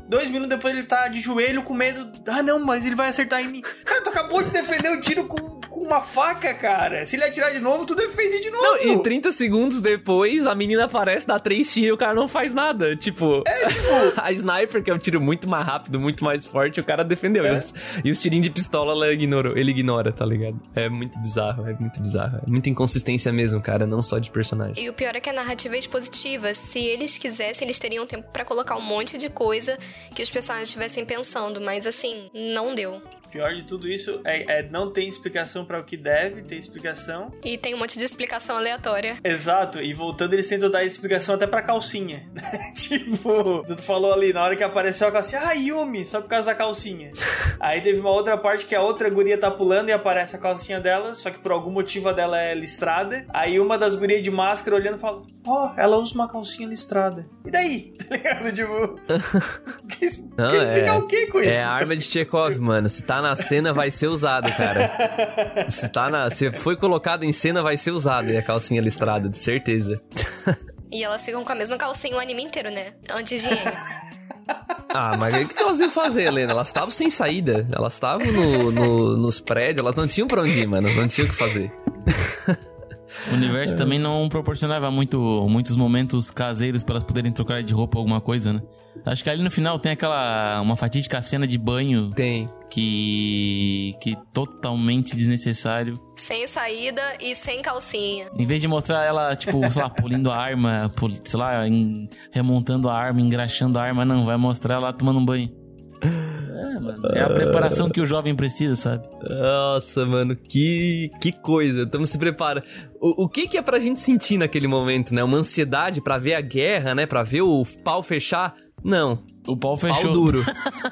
Dois minutos depois ele tá de joelho com medo. Ah, não, mas ele vai acertar em mim. Cara, tu acabou de defender o tiro com, com uma faca, cara. Se ele atirar de novo, tu defende de novo. Não, e trinta segundos depois, a menina aparece, dá três tiros e o cara não faz nada. Tipo, é, tipo... a sniper, que é um tiro muito mais rápido, muito mais forte, o cara defendeu. É. E, os, e os tirinhos de pistola ela ignorou, ele ignora, tá ligado? É muito bizarro, é muito bizarro. É muita inconsistência mesmo, cara, não só de personagem. E o pior é que a narrativa é expositiva. Se eles quisessem, eles teriam tempo pra colocar um monte de coisa que os personagens estivessem pensando, mas assim, não deu. Pior de tudo isso é, é não ter explicação pra o que deve ter explicação. E tem um monte de explicação aleatória. Exato, e voltando, eles tentam dar explicação até pra calcinha. Tipo, tu falou ali, na hora que apareceu a calcinha, ah, Yumi, só por causa da calcinha. Aí teve uma outra parte que a outra guria tá pulando e aparece a calcinha dela, só que por algum motivo a dela é listrada. Aí uma das gurias de máscara olhando fala, ó, oh, ela usa uma calcinha listrada. E daí? Tá ligado? Tipo, quer, não, quer explicar é, o que com isso? É a arma de Chekhov, mano. Se tá na cena, vai ser usado, cara. Se tá na... Se foi colocado em cena, vai ser usado. E a calcinha listrada, de certeza. E elas ficam com a mesma calcinha o anime inteiro, né? Antes de higiene. Ah, mas o que elas iam fazer, Helena? Elas estavam sem saída. Elas estavam no, no, nos prédios. Elas não tinham pra onde ir, mano. Não tinham o que fazer. O universo também não proporcionava muito, muitos momentos caseiros para elas poderem trocar de roupa ou alguma coisa, né? Acho que ali no final tem aquela... uma fatídica cena de banho. Tem. Que... que totalmente desnecessário. Sem saída e sem calcinha. Em vez de mostrar ela, tipo, sei lá, polindo a arma, pol, sei lá, em, remontando a arma, engraxando a arma, não. Vai mostrar ela tomando um banho. É, mano. É a preparação que o jovem precisa, sabe? Nossa, mano, que, que coisa. Estamos se preparando. O, o que que é pra gente sentir naquele momento, né? Uma ansiedade pra ver a guerra, né? Pra ver o pau fechar? Não. O pau fechou. Pau duro.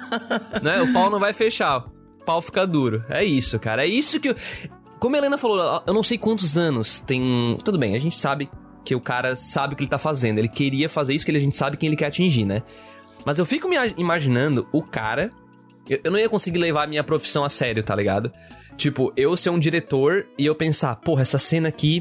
Né? O pau não vai fechar. O pau fica duro. É isso, cara. É isso que... Eu... Como a Helena falou, eu não sei quantos anos tem... Tudo bem, a gente sabe que o cara sabe o que ele tá fazendo. Ele queria fazer isso, que a gente sabe quem ele quer atingir, né? Mas eu fico me imaginando o cara... Eu não ia conseguir levar a minha profissão a sério, tá ligado? Tipo, eu ser um diretor e eu pensar, porra, essa cena aqui...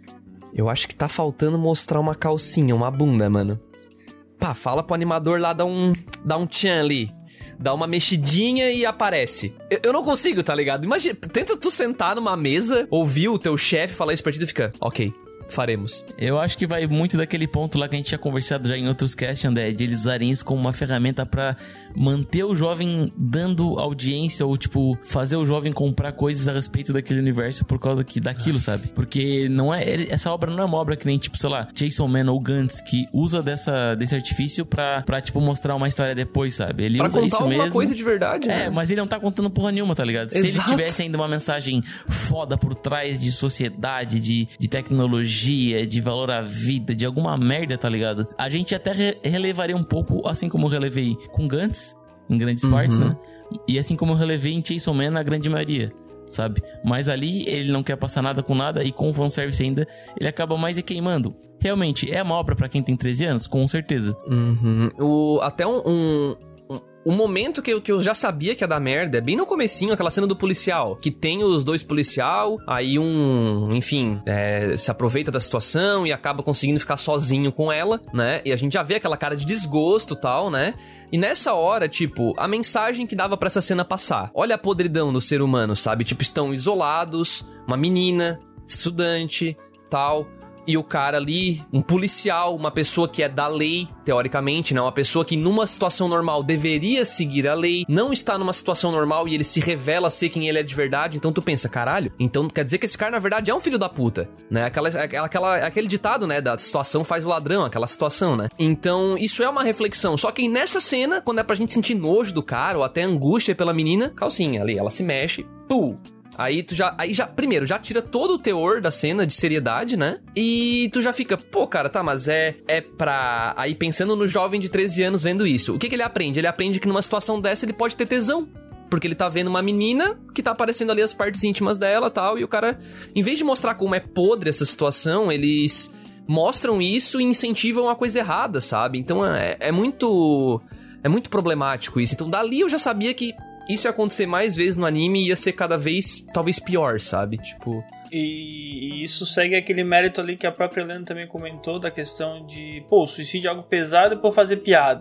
Eu acho que tá faltando mostrar uma calcinha, uma bunda, mano. Pá, fala pro animador lá, dá um, dá um tchan ali. Dá uma mexidinha e aparece. Eu, eu não consigo, tá ligado? Imagina, tenta tu sentar numa mesa, ouvir o teu chefe falar isso pra ti e fica, ok, faremos. Eu acho que vai muito daquele ponto lá que a gente tinha conversado já em outros casts, André, de eles usarem isso como uma ferramenta pra manter o jovem dando audiência ou, tipo, fazer o jovem comprar coisas a respeito daquele universo por causa que, daquilo, Nossa. Sabe? Porque não é... Essa obra não é uma obra que nem, tipo, sei lá, Chainsaw Man ou Gantz, que usa dessa, desse artifício pra, pra, tipo, mostrar uma história depois, sabe? Ele pra usa isso mesmo. Uma coisa de verdade, É, né? mas ele não tá contando porra nenhuma, tá ligado? Exato. Se ele tivesse ainda uma mensagem foda por trás de sociedade, de, de tecnologia, de valor à vida, de alguma merda, tá ligado? A gente até re- relevaria um pouco, assim como eu relevei com Gantz, em grandes uhum. partes, né? E assim como eu relevei em Chainsaw Man na grande maioria, sabe? Mas ali ele não quer passar nada com nada e com o fanservice ainda, ele acaba mais é queimando. Realmente, é uma obra pra quem tem treze anos? Com certeza. Uhum. O, até um... um... O momento que eu, que eu já sabia que ia dar merda é bem no comecinho, aquela cena do policial, que tem os dois policial, aí um, enfim, é, se aproveita da situação e acaba conseguindo ficar sozinho com ela, né? E a gente já vê aquela cara de desgosto e tal, né? E nessa hora, tipo, a mensagem que dava pra essa cena passar. Olha a podridão do ser humano, sabe? Tipo, estão isolados, uma menina, estudante, tal... E o cara ali, um policial, uma pessoa que é da lei, teoricamente, né? Uma pessoa que numa situação normal deveria seguir a lei, não está numa situação normal e ele se revela ser quem ele é de verdade. Então tu pensa, caralho, então quer dizer que esse cara na verdade é um filho da puta, né? Aquela, aquela, aquele ditado, né? Da situação faz o ladrão, aquela situação, né? Então isso é uma reflexão. Só que nessa cena, quando é pra gente sentir nojo do cara ou até angústia pela menina, calcinha ali, ela se mexe, pum! Aí tu já, aí já, primeiro, já tira todo o teor da cena de seriedade, né? E tu já fica, pô, cara, tá, mas é, é pra... Aí pensando no jovem de treze anos vendo isso, o que que ele aprende? Ele aprende que numa situação dessa ele pode ter tesão. Porque ele tá vendo uma menina que tá aparecendo ali as partes íntimas dela e tal, e o cara, em vez de mostrar como é podre essa situação, eles mostram isso e incentivam a coisa errada, sabe? Então é, é muito... É muito problemático isso. Então dali eu já sabia que isso ia acontecer mais vezes no anime e ia ser cada vez, talvez, pior, sabe? Tipo... E, e isso segue aquele mérito ali que a própria Helena também comentou da questão de, pô, suicídio é algo pesado por fazer piada.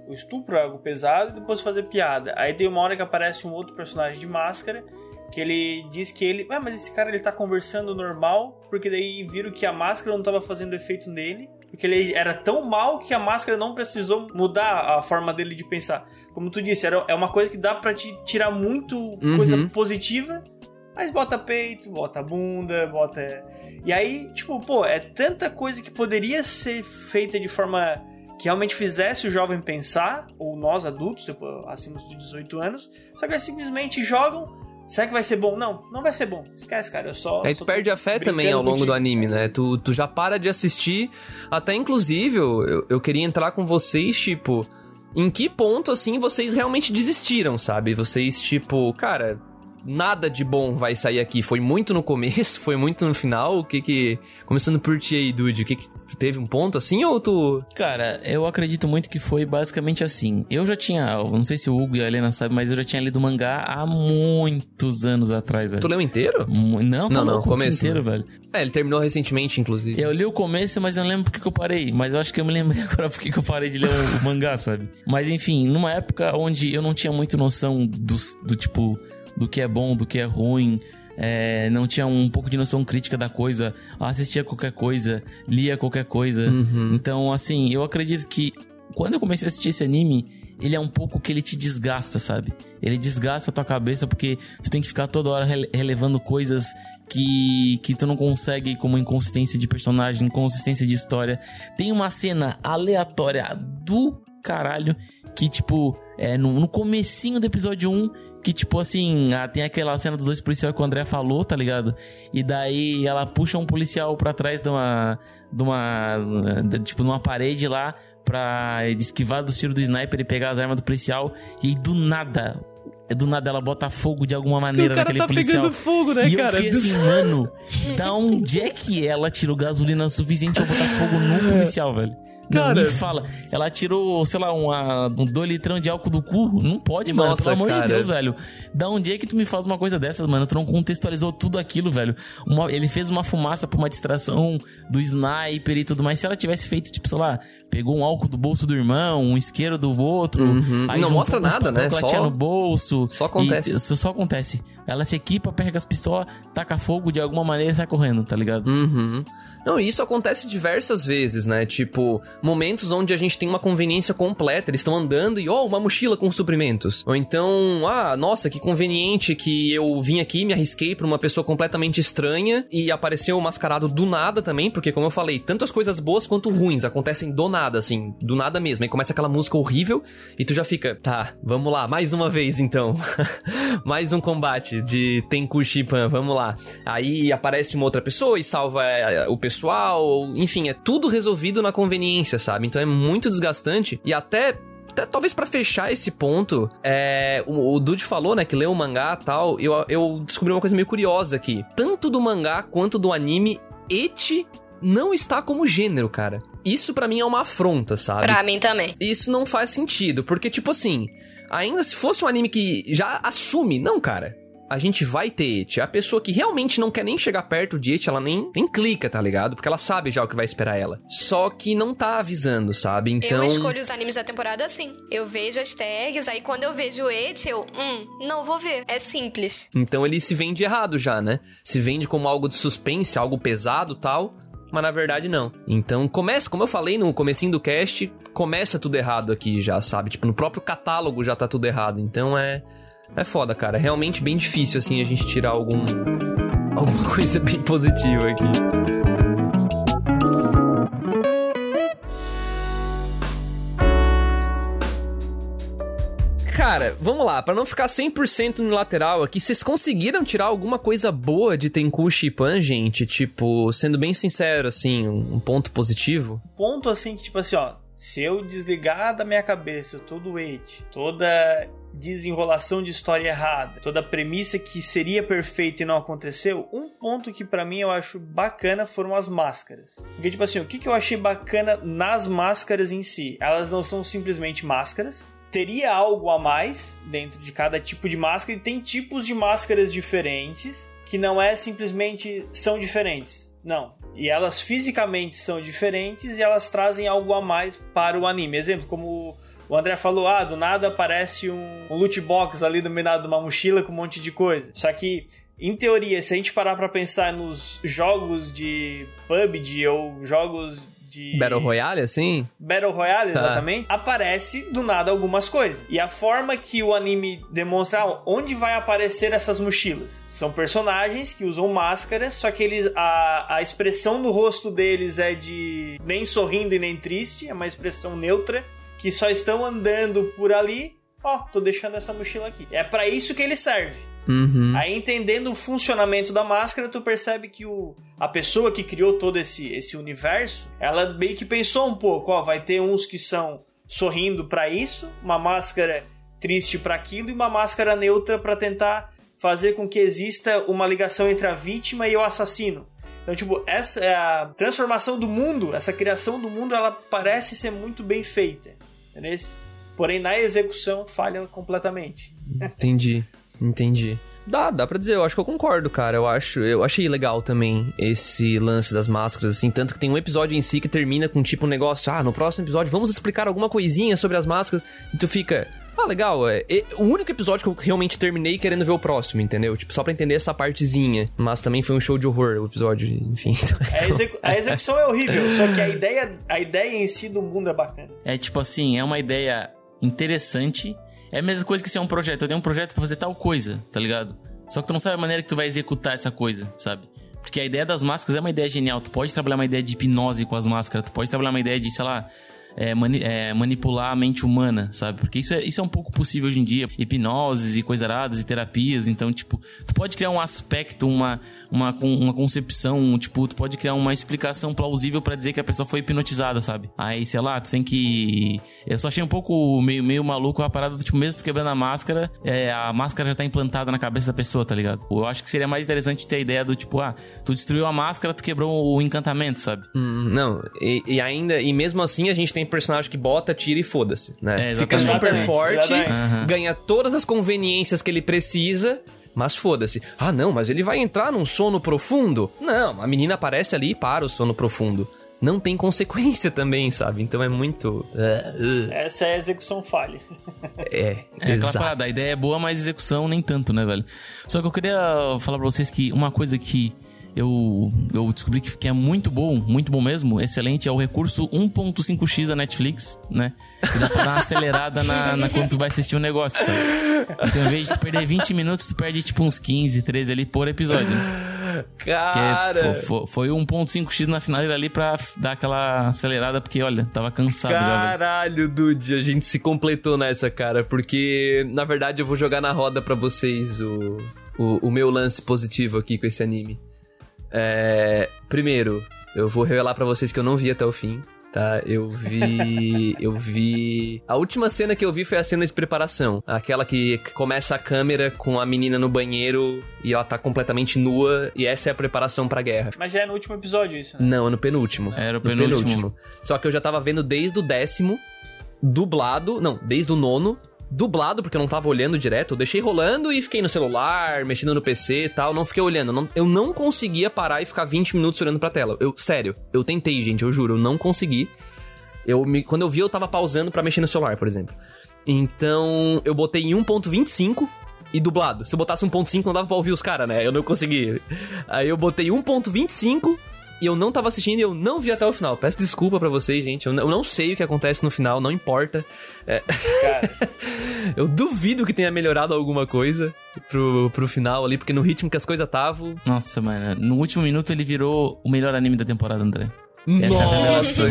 o estupro é algo pesado e depois fazer piada. Aí tem uma hora que aparece um outro personagem de máscara que ele diz que ele... Ah, mas esse cara ele tá conversando normal, porque daí viram que a máscara não tava fazendo efeito nele, porque ele era tão mal que a máscara não precisou mudar a forma dele de pensar. Como tu disse, era, é uma coisa que dá pra te tirar muito Uhum. coisa positiva, mas bota peito, bota bunda, bota... E aí, tipo, pô, é tanta coisa que poderia ser feita de forma que realmente fizesse o jovem pensar, ou nós adultos, tipo, acima dos dezoito anos, só que eles simplesmente jogam. Será que vai ser bom? Não, não vai ser bom. Esquece, cara, eu só... Aí tu perde a fé também ao longo contigo. do anime, né? Tu, tu já para de assistir. Até, inclusive, eu, eu queria entrar com vocês, tipo... Em que ponto, assim, vocês realmente desistiram, sabe? Vocês, tipo... Cara, nada de bom vai sair aqui. Foi muito no começo, foi muito no final. O que que... Começando por ti aí, Dude. O que que... Tu teve um ponto assim ou tu... Cara, eu acredito muito que foi basicamente assim. Eu já tinha... Não sei se o Hugo e a Helena sabem, mas eu já tinha lido o mangá há muitos anos atrás, velho. Tu leu inteiro? Mu- Não, tá Não, não, louco, começo, inteiro, né? velho. É, ele terminou recentemente, inclusive. Eu li o começo, mas não lembro porque que eu parei. Mas eu acho que eu me lembrei agora porque que eu parei de ler o, o mangá, sabe? Mas enfim, numa época onde eu não tinha muito noção do, do tipo... do que é bom, do que é ruim, é, não tinha um pouco de noção crítica da coisa, assistia qualquer coisa, lia qualquer coisa. Uhum. Então, assim, eu acredito que quando eu comecei a assistir esse anime, ele é um pouco que ele te desgasta, sabe? Ele desgasta a tua cabeça porque tu tem que ficar toda hora rele- relevando coisas que, que tu não consegue, como inconsistência de personagem, inconsistência de história. Tem uma cena aleatória do caralho que, tipo, é no, no comecinho do episódio um, que, tipo, assim, ah, tem aquela cena dos dois policiais que o André falou, tá ligado? E daí ela puxa um policial pra trás de uma... De uma de, tipo, numa parede lá pra esquivar dos tiros do sniper e pegar as armas do policial. E aí, do nada... Do nada ela bota fogo de alguma maneira naquele policial. O cara tá pegando fogo, né, e cara? eu fiquei assim, mano, da onde é que ela tirou gasolina suficiente pra botar fogo no policial, velho? Não, Cara... me fala. Ela tirou, sei lá, uma, um dois litrão de álcool do cu? Não pode, mano. Nossa, pelo amor cara. de Deus, velho. Da onde é que tu me faz uma coisa dessas, mano? Tu não contextualizou tudo aquilo, velho. Uma, ele fez uma fumaça pra uma distração do sniper e tudo mais. Se ela tivesse feito, tipo, sei lá, pegou um álcool do bolso do irmão, um isqueiro do outro. Uhum. Aí Não juntou mostra com os nada, papel né? que ela Só- tinha no bolso. só acontece. E, isso só acontece. Ela se equipa, pega as pistolas, taca fogo de alguma maneira e sai correndo, tá ligado? Uhum. Não, e isso acontece diversas vezes, né? Tipo, momentos onde a gente tem uma conveniência completa. Eles estão andando e, ó, uma mochila com suprimentos. Ou então, ah, nossa, que conveniente que eu vim aqui, me arrisquei pra uma pessoa completamente estranha e apareceu mascarado do nada também, porque, como eu falei, tanto as coisas boas quanto ruins acontecem do nada, assim, do nada mesmo. Aí começa aquela música horrível e tu já fica, tá, vamos lá, mais uma vez então. Mais um combate de Tenku Shipan, vamos lá. Aí aparece uma outra pessoa e salva é, o pessoal, enfim, é tudo resolvido na conveniência, sabe? Então é muito desgastante e até... até talvez pra fechar esse ponto, é, o, o Dude falou, né, que leu o mangá e tal, eu, eu descobri uma coisa meio curiosa aqui. Tanto do mangá quanto do anime, ecchi não está como gênero, cara. Isso pra mim é uma afronta, sabe? Pra mim também. Isso não faz sentido, porque, tipo assim, ainda se fosse um anime que já assume, não, cara, a gente vai ter ecchi. A pessoa que realmente não quer nem chegar perto de ecchi, ela nem, nem clica, tá ligado? Porque ela sabe já o que vai esperar ela. Só que não tá avisando, sabe? Então... Eu escolho os animes da temporada assim. Eu vejo as tags, aí quando eu vejo o ecchi, eu... Hum, não vou ver. É simples. Então ele se vende errado já, né? Se vende como algo de suspense, algo pesado e tal... Mas na verdade não. Então começa, como eu falei no comecinho do cast, começa tudo errado aqui já, sabe? Tipo, no próprio catálogo já tá tudo errado. Então é... É foda, cara. É realmente bem difícil, assim, a gente tirar algum... alguma coisa bem positiva aqui. Cara, vamos lá, pra não ficar cem por cento unilateral aqui, vocês conseguiram tirar alguma coisa boa de Tenku Shipan, gente? Tipo, sendo bem sincero, assim, um ponto positivo? Ponto assim que, tipo assim, ó, se eu desligar da minha cabeça todo o ecchi, toda desenrolação de história errada, toda a premissa que seria perfeita e não aconteceu, um ponto que pra mim eu acho bacana foram as máscaras. Porque, tipo assim, o que, que eu achei bacana nas máscaras em si? Elas não são simplesmente máscaras. Teria algo a mais dentro de cada tipo de máscara e tem tipos de máscaras diferentes que não é simplesmente são diferentes, não. E elas fisicamente são diferentes e elas trazem algo a mais para o anime. Exemplo, como o André falou, ah, do nada aparece um, um loot box ali no meio de uma mochila com um monte de coisa. Só que, em teoria, se a gente parar pra pensar nos jogos de P U B G ou jogos de... Battle Royale, assim? Battle Royale, exatamente. Ah. Aparece, do nada, algumas coisas. E a forma que o anime demonstra onde vai aparecer essas mochilas. São personagens que usam máscaras, só que eles a, a expressão no rosto deles é de nem sorrindo e nem triste, é uma expressão neutra, que só estão andando por ali. Ó, oh, tô deixando essa mochila aqui. É pra isso que ele serve. Uhum. Aí, entendendo o funcionamento da máscara, tu percebe que o, a pessoa que criou todo esse, esse universo, ela meio que pensou um pouco, ó, vai ter uns que são sorrindo pra isso, uma máscara triste pra aquilo e uma máscara neutra pra tentar fazer com que exista uma ligação entre a vítima e o assassino. Então, tipo, essa é a transformação do mundo, essa criação do mundo, ela parece ser muito bem feita, entendeu? Porém, na execução, falha completamente. Entendi. Entendi. Dá, dá pra dizer, eu acho que eu concordo, cara. Eu acho, eu achei legal também esse lance das máscaras, assim. Tanto que tem um episódio em si que termina com tipo um negócio, ah, no próximo episódio vamos explicar alguma coisinha sobre as máscaras. E tu fica, ah, legal, é, é o único episódio que eu realmente terminei querendo ver o próximo, entendeu? Tipo, só pra entender essa partezinha. Mas também foi um show de horror o episódio, enfim. A, execu- a execução é horrível, só que a ideia, a ideia em si do mundo é bacana. É tipo assim, é uma ideia interessante. É a mesma coisa que se é um projeto. Eu tenho um projeto pra fazer tal coisa, tá ligado? Só que tu não sabe a maneira que tu vai executar essa coisa, sabe? Porque a ideia das máscaras é uma ideia genial. Tu pode trabalhar uma ideia de hipnose com as máscaras. Tu pode trabalhar uma ideia de, sei lá... É, mani- é, manipular a mente humana, sabe? Porque isso é, isso é um pouco possível hoje em dia. Hipnoses e coisas aradas e terapias. Então, tipo, tu pode criar um aspecto, uma, uma, uma concepção, tipo, tu pode criar uma explicação plausível pra dizer que a pessoa foi hipnotizada, sabe? Aí, sei lá, tu tem que... Eu só achei um pouco meio, meio maluco a parada do tipo, mesmo tu quebrando a máscara, é, a máscara já tá implantada na cabeça da pessoa, tá ligado? Eu acho que seria mais interessante ter a ideia do tipo, ah, tu destruiu a máscara, tu quebrou o encantamento, sabe? Hum, não, e, e ainda, e mesmo assim a gente tem personagem que bota, tira e foda-se, né? É, Fica super forte, Uhum. ganha todas as conveniências que ele precisa, mas foda-se. Ah, não, mas ele vai entrar num sono profundo? Não, a menina aparece ali e para o sono profundo. Não tem consequência também, sabe? Então é muito... Essa é a execução falha. É, É exato. aquela parada, a ideia é boa, mas a execução nem tanto, né, velho? Só que eu queria falar pra vocês que uma coisa que eu, eu descobri que, que é muito bom, muito bom mesmo, excelente, é o recurso um ponto cinco x da Netflix, né? Que dá pra dar uma acelerada na, na quando tu vai assistir um negócio, sabe? Então, em vez de tu perder vinte minutos, tu perde tipo uns quinze, treze ali por episódio, né? Cara... Foi, foi, foi um ponto cinco x na finaleira ali pra dar aquela acelerada, porque, olha, tava cansado já, velho. Caralho, Dude, a gente se completou nessa, cara, porque, na verdade, eu vou jogar na roda pra vocês o, o, o meu lance positivo aqui com esse anime. É, primeiro, eu vou revelar pra vocês que eu não vi até o fim, tá? Eu vi... eu vi... A última cena que eu vi foi a cena de preparação. Aquela que começa a câmera com a menina no banheiro e ela tá completamente nua e essa é a preparação pra guerra. Mas já é no último episódio isso, né? Não, é no penúltimo. Era o No penúltimo. Só que eu já tava vendo desde o décimo, dublado... Não, desde o nono... Dublado, porque eu não tava olhando direto. Eu deixei rolando e fiquei no celular, mexendo no P C e tal. Não fiquei olhando. Não, eu não conseguia parar e ficar vinte minutos olhando pra tela. Eu, sério, eu tentei, gente, eu juro, eu não consegui. Eu me, quando eu vi, eu tava pausando pra mexer no celular, por exemplo. Então, eu botei em um ponto vinte e cinco e dublado. Se eu botasse um ponto cinco, não dava pra ouvir os caras, né? Eu não consegui. Aí eu botei um ponto vinte e cinco... E eu não tava assistindo e eu não vi até o final. Peço desculpa pra vocês, gente. Eu não, eu não sei o que acontece no final, não importa. É... Cara. Eu duvido que tenha melhorado alguma coisa pro, pro final ali, porque no ritmo que as coisas estavam... Nossa, mano. No último minuto ele virou o melhor anime da temporada, André. Essa é a revelação.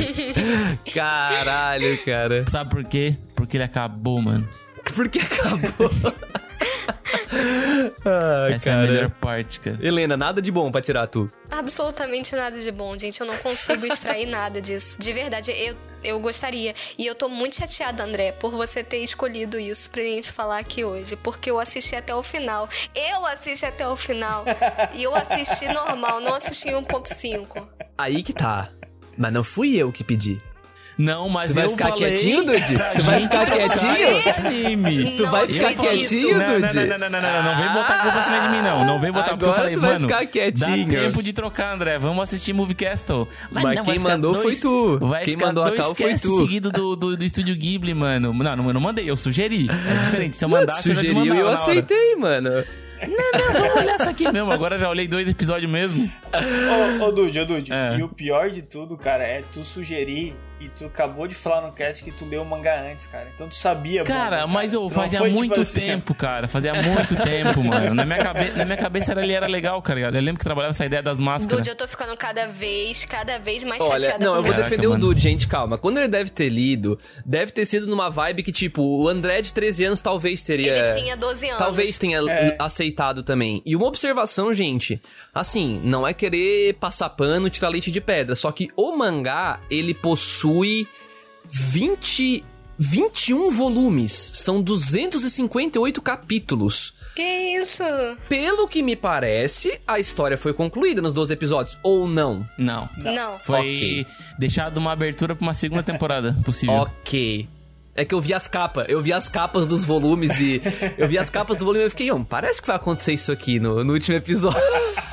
Caralho, cara. Sabe por quê? Porque ele acabou, mano. Porque acabou. Ai, Essa cara. é a melhor parte, cara. Helena, nada de bom pra tirar tu. Absolutamente nada de bom, gente. Eu não consigo extrair nada disso. De verdade, eu, eu gostaria. E eu tô muito chateada, André, por você ter escolhido isso pra gente falar aqui hoje. Porque eu assisti até o final. Eu assisti até o final. E eu assisti normal, não assisti em um ponto cinco. Aí que tá. Mas não fui eu que pedi. Não, mas Tu vai eu ficar falei quietinho, Dude? pra Tu vai gente ficar trocar quietinho? esse anime. Tu Não vai ficar acredito. quietinho, Não, não, Dude? não, não, não, não, não, não vem botar a culpa em cima de mim, não. Não vem botar, porque eu Agora falei, tu vai mano, ficar quietinho. dá tempo de trocar, André. Vamos assistir Movie Castle. Mas não, quem vai ficar mandou dois, foi tu. Vai Quem ficar mandou a dois cal foi cast tu. seguido do, do, do Estúdio Ghibli, mano. Não, não, eu não mandei, eu sugeri. É diferente, se eu mandasse, eu já Sugeriu desmandava e eu na hora. aceitei, mano. Não, não, vamos olhar essa aqui mesmo. Agora já olhei dois episódios mesmo. Ô, ô Dude, ô Dude. É. E o pior de tudo, cara, é tu sugerir e tu acabou de falar no cast que tu leu o mangá antes, cara. Então tu sabia. Cara, bom, mas eu Tu não fazia foi, tipo muito assim, tempo, cara. Fazia muito tempo, mano. Na minha, cabe... Na minha cabeça era, ele era legal, cara. Eu lembro que trabalhava essa ideia das máscaras. Dude, eu tô ficando cada vez, cada vez mais Olha, chateada não, com eu vou você. Caraca, defender mano. o Dude, gente, calma. Quando ele deve ter lido, deve ter sido numa vibe que, tipo, o André de treze anos talvez teria... Ele tinha doze anos. Talvez tenha É. aceitado também. E uma observação, gente, assim, não é querer passar pano, tirar leite de pedra, só que o mangá, ele possui vinte, vinte e um volumes, são duzentos e cinquenta e oito capítulos. Que isso? Pelo que me parece, a história foi concluída nos doze episódios, ou não? Não. Não. Foi Ok. deixado uma abertura pra uma segunda temporada possível. Ok. É que eu vi as capas, eu vi as capas dos volumes e eu vi as capas do volume e eu fiquei, ó, parece que vai acontecer isso aqui no, no último episódio.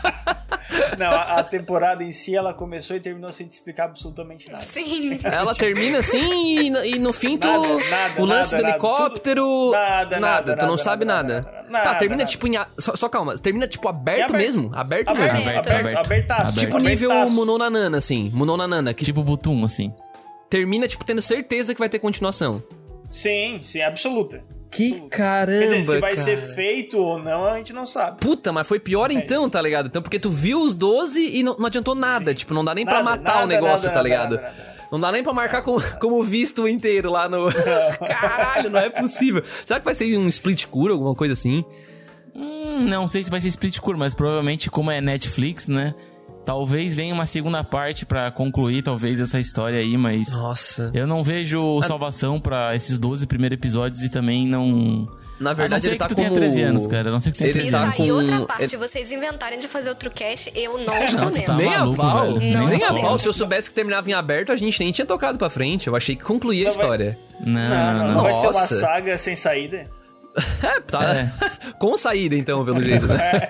Não, a, a temporada em si, ela começou e terminou sem te explicar absolutamente nada. Sim. Ela termina assim e, no- e no fim tu, Nada, nada, o lance nada, do nada, helicóptero, tudo- nada, nada, tu não nada, sabe nada, nada. nada, nada, Tá, nada, termina nada. tipo em, a- só, só calma, termina tipo aberto, É aberto. mesmo, aberto, Aberto, mesmo. Aberto, aberto, aberto. abertaço. Aberto. Tipo nível abertaço. Mononanana, assim, Mononanana, que Tipo Butum, assim. termina tipo tendo certeza que vai ter continuação. Sim, sim, absoluta. Que caramba, Quer dizer, se vai cara. ser feito ou não, a gente não sabe. Puta, mas foi pior então, tá ligado? Então, porque tu viu os doze e não, não adiantou nada. Sim. Tipo, não dá nem pra Nada, matar nada, o negócio, nada, tá nada, ligado? nada, nada, nada. Não dá nem pra marcar como, como visto inteiro lá no... Caralho, não é possível. Será que vai ser um split cura, alguma coisa assim? Hum, não sei se vai ser split cura, mas provavelmente, como é Netflix, né? Talvez venha uma segunda parte pra concluir, talvez, essa história aí, mas... Nossa. Eu não vejo salvação pra esses doze primeiros episódios e também não... Na A verdade, não ser ele tá que tu como... tenha treze anos, cara. A não ser que tu tenha Ele Se treze tá anos. sair com- outra parte, ele- vocês inventarem de fazer outro cast, eu não estou Não, tu dentro. tá Nem a maluco, pau, velho. Não, nem a não pau. dentro. Se eu soubesse que terminava em aberto, a gente nem tinha tocado pra frente. Eu achei que concluía a Não vai- história. Não, Não, não, não, não. não vai ser uma Nossa. saga sem saída. É, tá. Com saída, então, pelo jeito, né?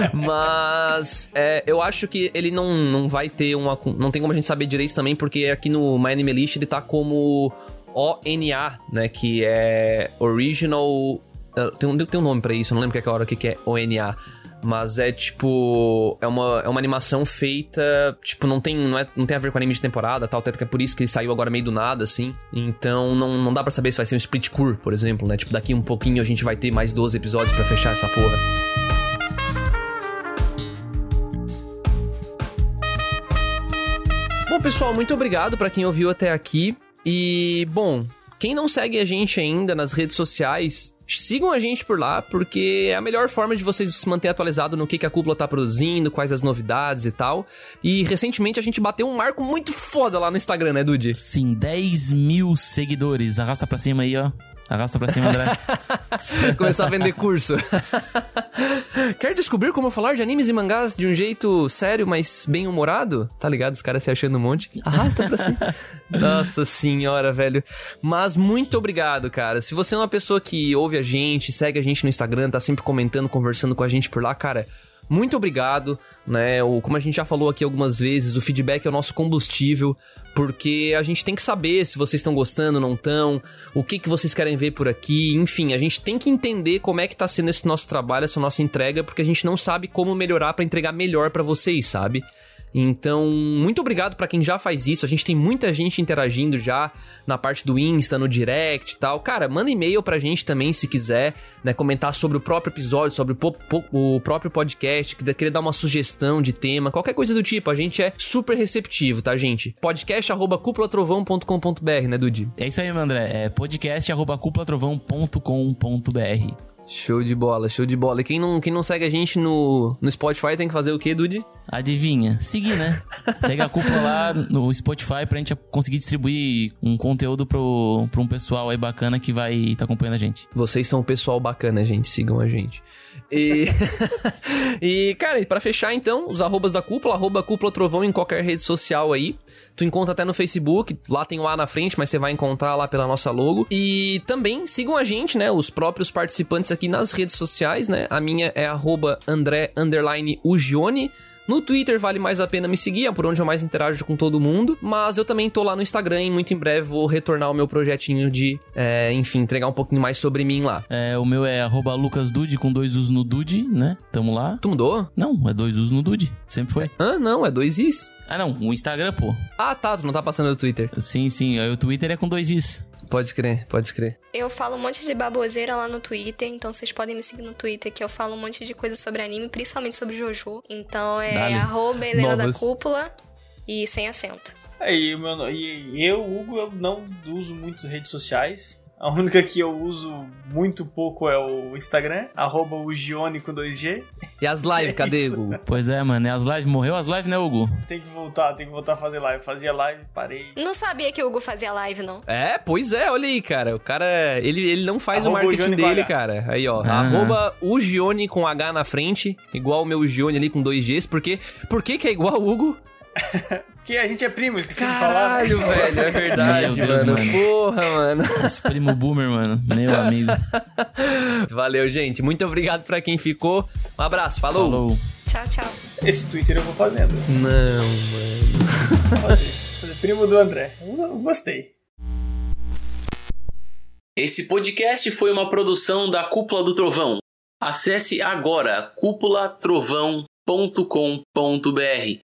Mas é, eu acho que ele não, não vai ter uma... Não tem como a gente saber direito também, porque aqui no My Anime List ele tá como O N A, né? Que é Original... Tem um, tem um nome pra isso, eu não lembro que é a hora que é O N A. Mas é tipo... É uma, é uma animação feita... Tipo, não tem, não, é, não tem a ver com anime de temporada, tal. Até que é por isso que ele saiu agora meio do nada, assim. Então não, não dá pra saber se vai ser um split cure, por exemplo, né? Tipo, daqui um pouquinho a gente vai ter mais doze episódios pra fechar essa porra. Bom, pessoal, muito obrigado pra quem ouviu até aqui. E, bom, quem não segue a gente ainda nas redes sociais, sigam a gente por lá, porque é a melhor forma de vocês se manter atualizado no que, que a Cúpula tá produzindo, quais as novidades e tal. E, recentemente, a gente bateu um marco muito foda lá no Instagram, né, Dude? Sim, dez mil seguidores. Arrasta pra cima aí, ó. Arrasta pra cima, André. Começar a vender curso. Quer descobrir como falar de animes e mangás de um jeito sério, mas bem-humorado? Tá ligado? Os caras se achando um monte. Arrasta pra cima. Nossa senhora, velho. Mas muito obrigado, cara. Se você é uma pessoa que ouve a gente, segue a gente no Instagram, tá sempre comentando, conversando com a gente por lá, cara... Muito obrigado, né? O, como a gente já falou aqui algumas vezes, o feedback é o nosso combustível, porque a gente tem que saber se vocês estão gostando, não estão, o que, que vocês querem ver por aqui, enfim, a gente tem que entender como é que tá sendo esse nosso trabalho, essa nossa entrega, porque a gente não sabe como melhorar pra entregar melhor pra vocês, sabe? Então, muito obrigado pra quem já faz isso. A gente tem muita gente interagindo já na parte do Insta, no direct e tal. Cara, manda e-mail pra gente também se quiser, né? Comentar sobre o próprio episódio, sobre o, po- po- o próprio podcast, que querer dar uma sugestão de tema, qualquer coisa do tipo. A gente é super receptivo, tá, gente? podcast arroba cúpula trovão ponto com ponto b r, né, Dude? É isso aí, meu André. É podcast arroba cúpula trovão ponto com ponto b r. Show de bola, show de bola. E quem não, quem não segue a gente no, no Spotify tem que fazer o quê, Dude? Adivinha? Seguir, né? Segue a Cúpula lá no Spotify pra gente conseguir distribuir um conteúdo pro, pro um pessoal aí bacana que vai estar tá acompanhando a gente. Vocês são um pessoal bacana, gente. Sigam a gente. E, e cara, pra fechar então, os arrobas da Cúpula, arroba Cúpula Trovão em qualquer rede social aí. Tu encontra até no Facebook, lá tem o A na frente, mas você vai encontrar lá pela nossa logo. E também sigam a gente, né, os próprios participantes aqui nas redes sociais, né. A minha é arroba André, underline, Ugione. No Twitter vale mais a pena me seguir, é por onde eu mais interajo com todo mundo. Mas eu também tô lá no Instagram e muito em breve vou retornar o meu projetinho de, é, enfim, entregar um pouquinho mais sobre mim lá. É, o meu é arroba LucasDude com dois U's no Dude, né? Tamo lá. Tu mudou? Não, é dois U's no Dude. Sempre foi. Ah, não, é dois Is. Ah, não, o Instagram, pô. Ah, tá, tu não tá passando no Twitter. Sim, sim, o Twitter é com dois Is. Pode crer, pode crer. Eu falo um monte de baboseira lá no Twitter, então vocês podem me seguir no Twitter, que eu falo um monte de coisa sobre anime, principalmente sobre Jojo. Então é Dale. arroba Helena da Novas. Cúpula e sem acento. É, e, o meu, e eu, Hugo, eu não uso muitas redes sociais. A única que eu uso muito pouco é o Instagram, arroba Ugione com dois G. E as lives, É cadê, isso. Hugo? Pois é, mano, e as lives, morreu as lives, né, Hugo? Tem que voltar, tem que voltar a fazer live. Fazia live, parei. Não sabia que o Hugo fazia live, não. É, pois é, olha aí, cara. O cara, ele, ele não faz Arroba o marketing Ugione com dele, H. cara. Aí, ó, Aham. arroba Ugione com H na frente, igual o meu Gione ali com dois Gs. Por quê? Por que que é igual o Hugo? Porque a gente é primo, esqueci de falar. Caralho, velho, é verdade, Meu Deus, mano. mano. Porra, mano. Esse primo boomer, mano, meu amigo. Valeu, gente. Muito obrigado pra quem ficou. Um abraço, falou. Falou. Tchau, tchau. Esse Twitter eu vou fazendo. Não, mano. Vou fazer. Fazer primo do André. Eu, eu gostei. Esse podcast foi uma produção da Cúpula do Trovão. Acesse agora cúpula trovão ponto com ponto br.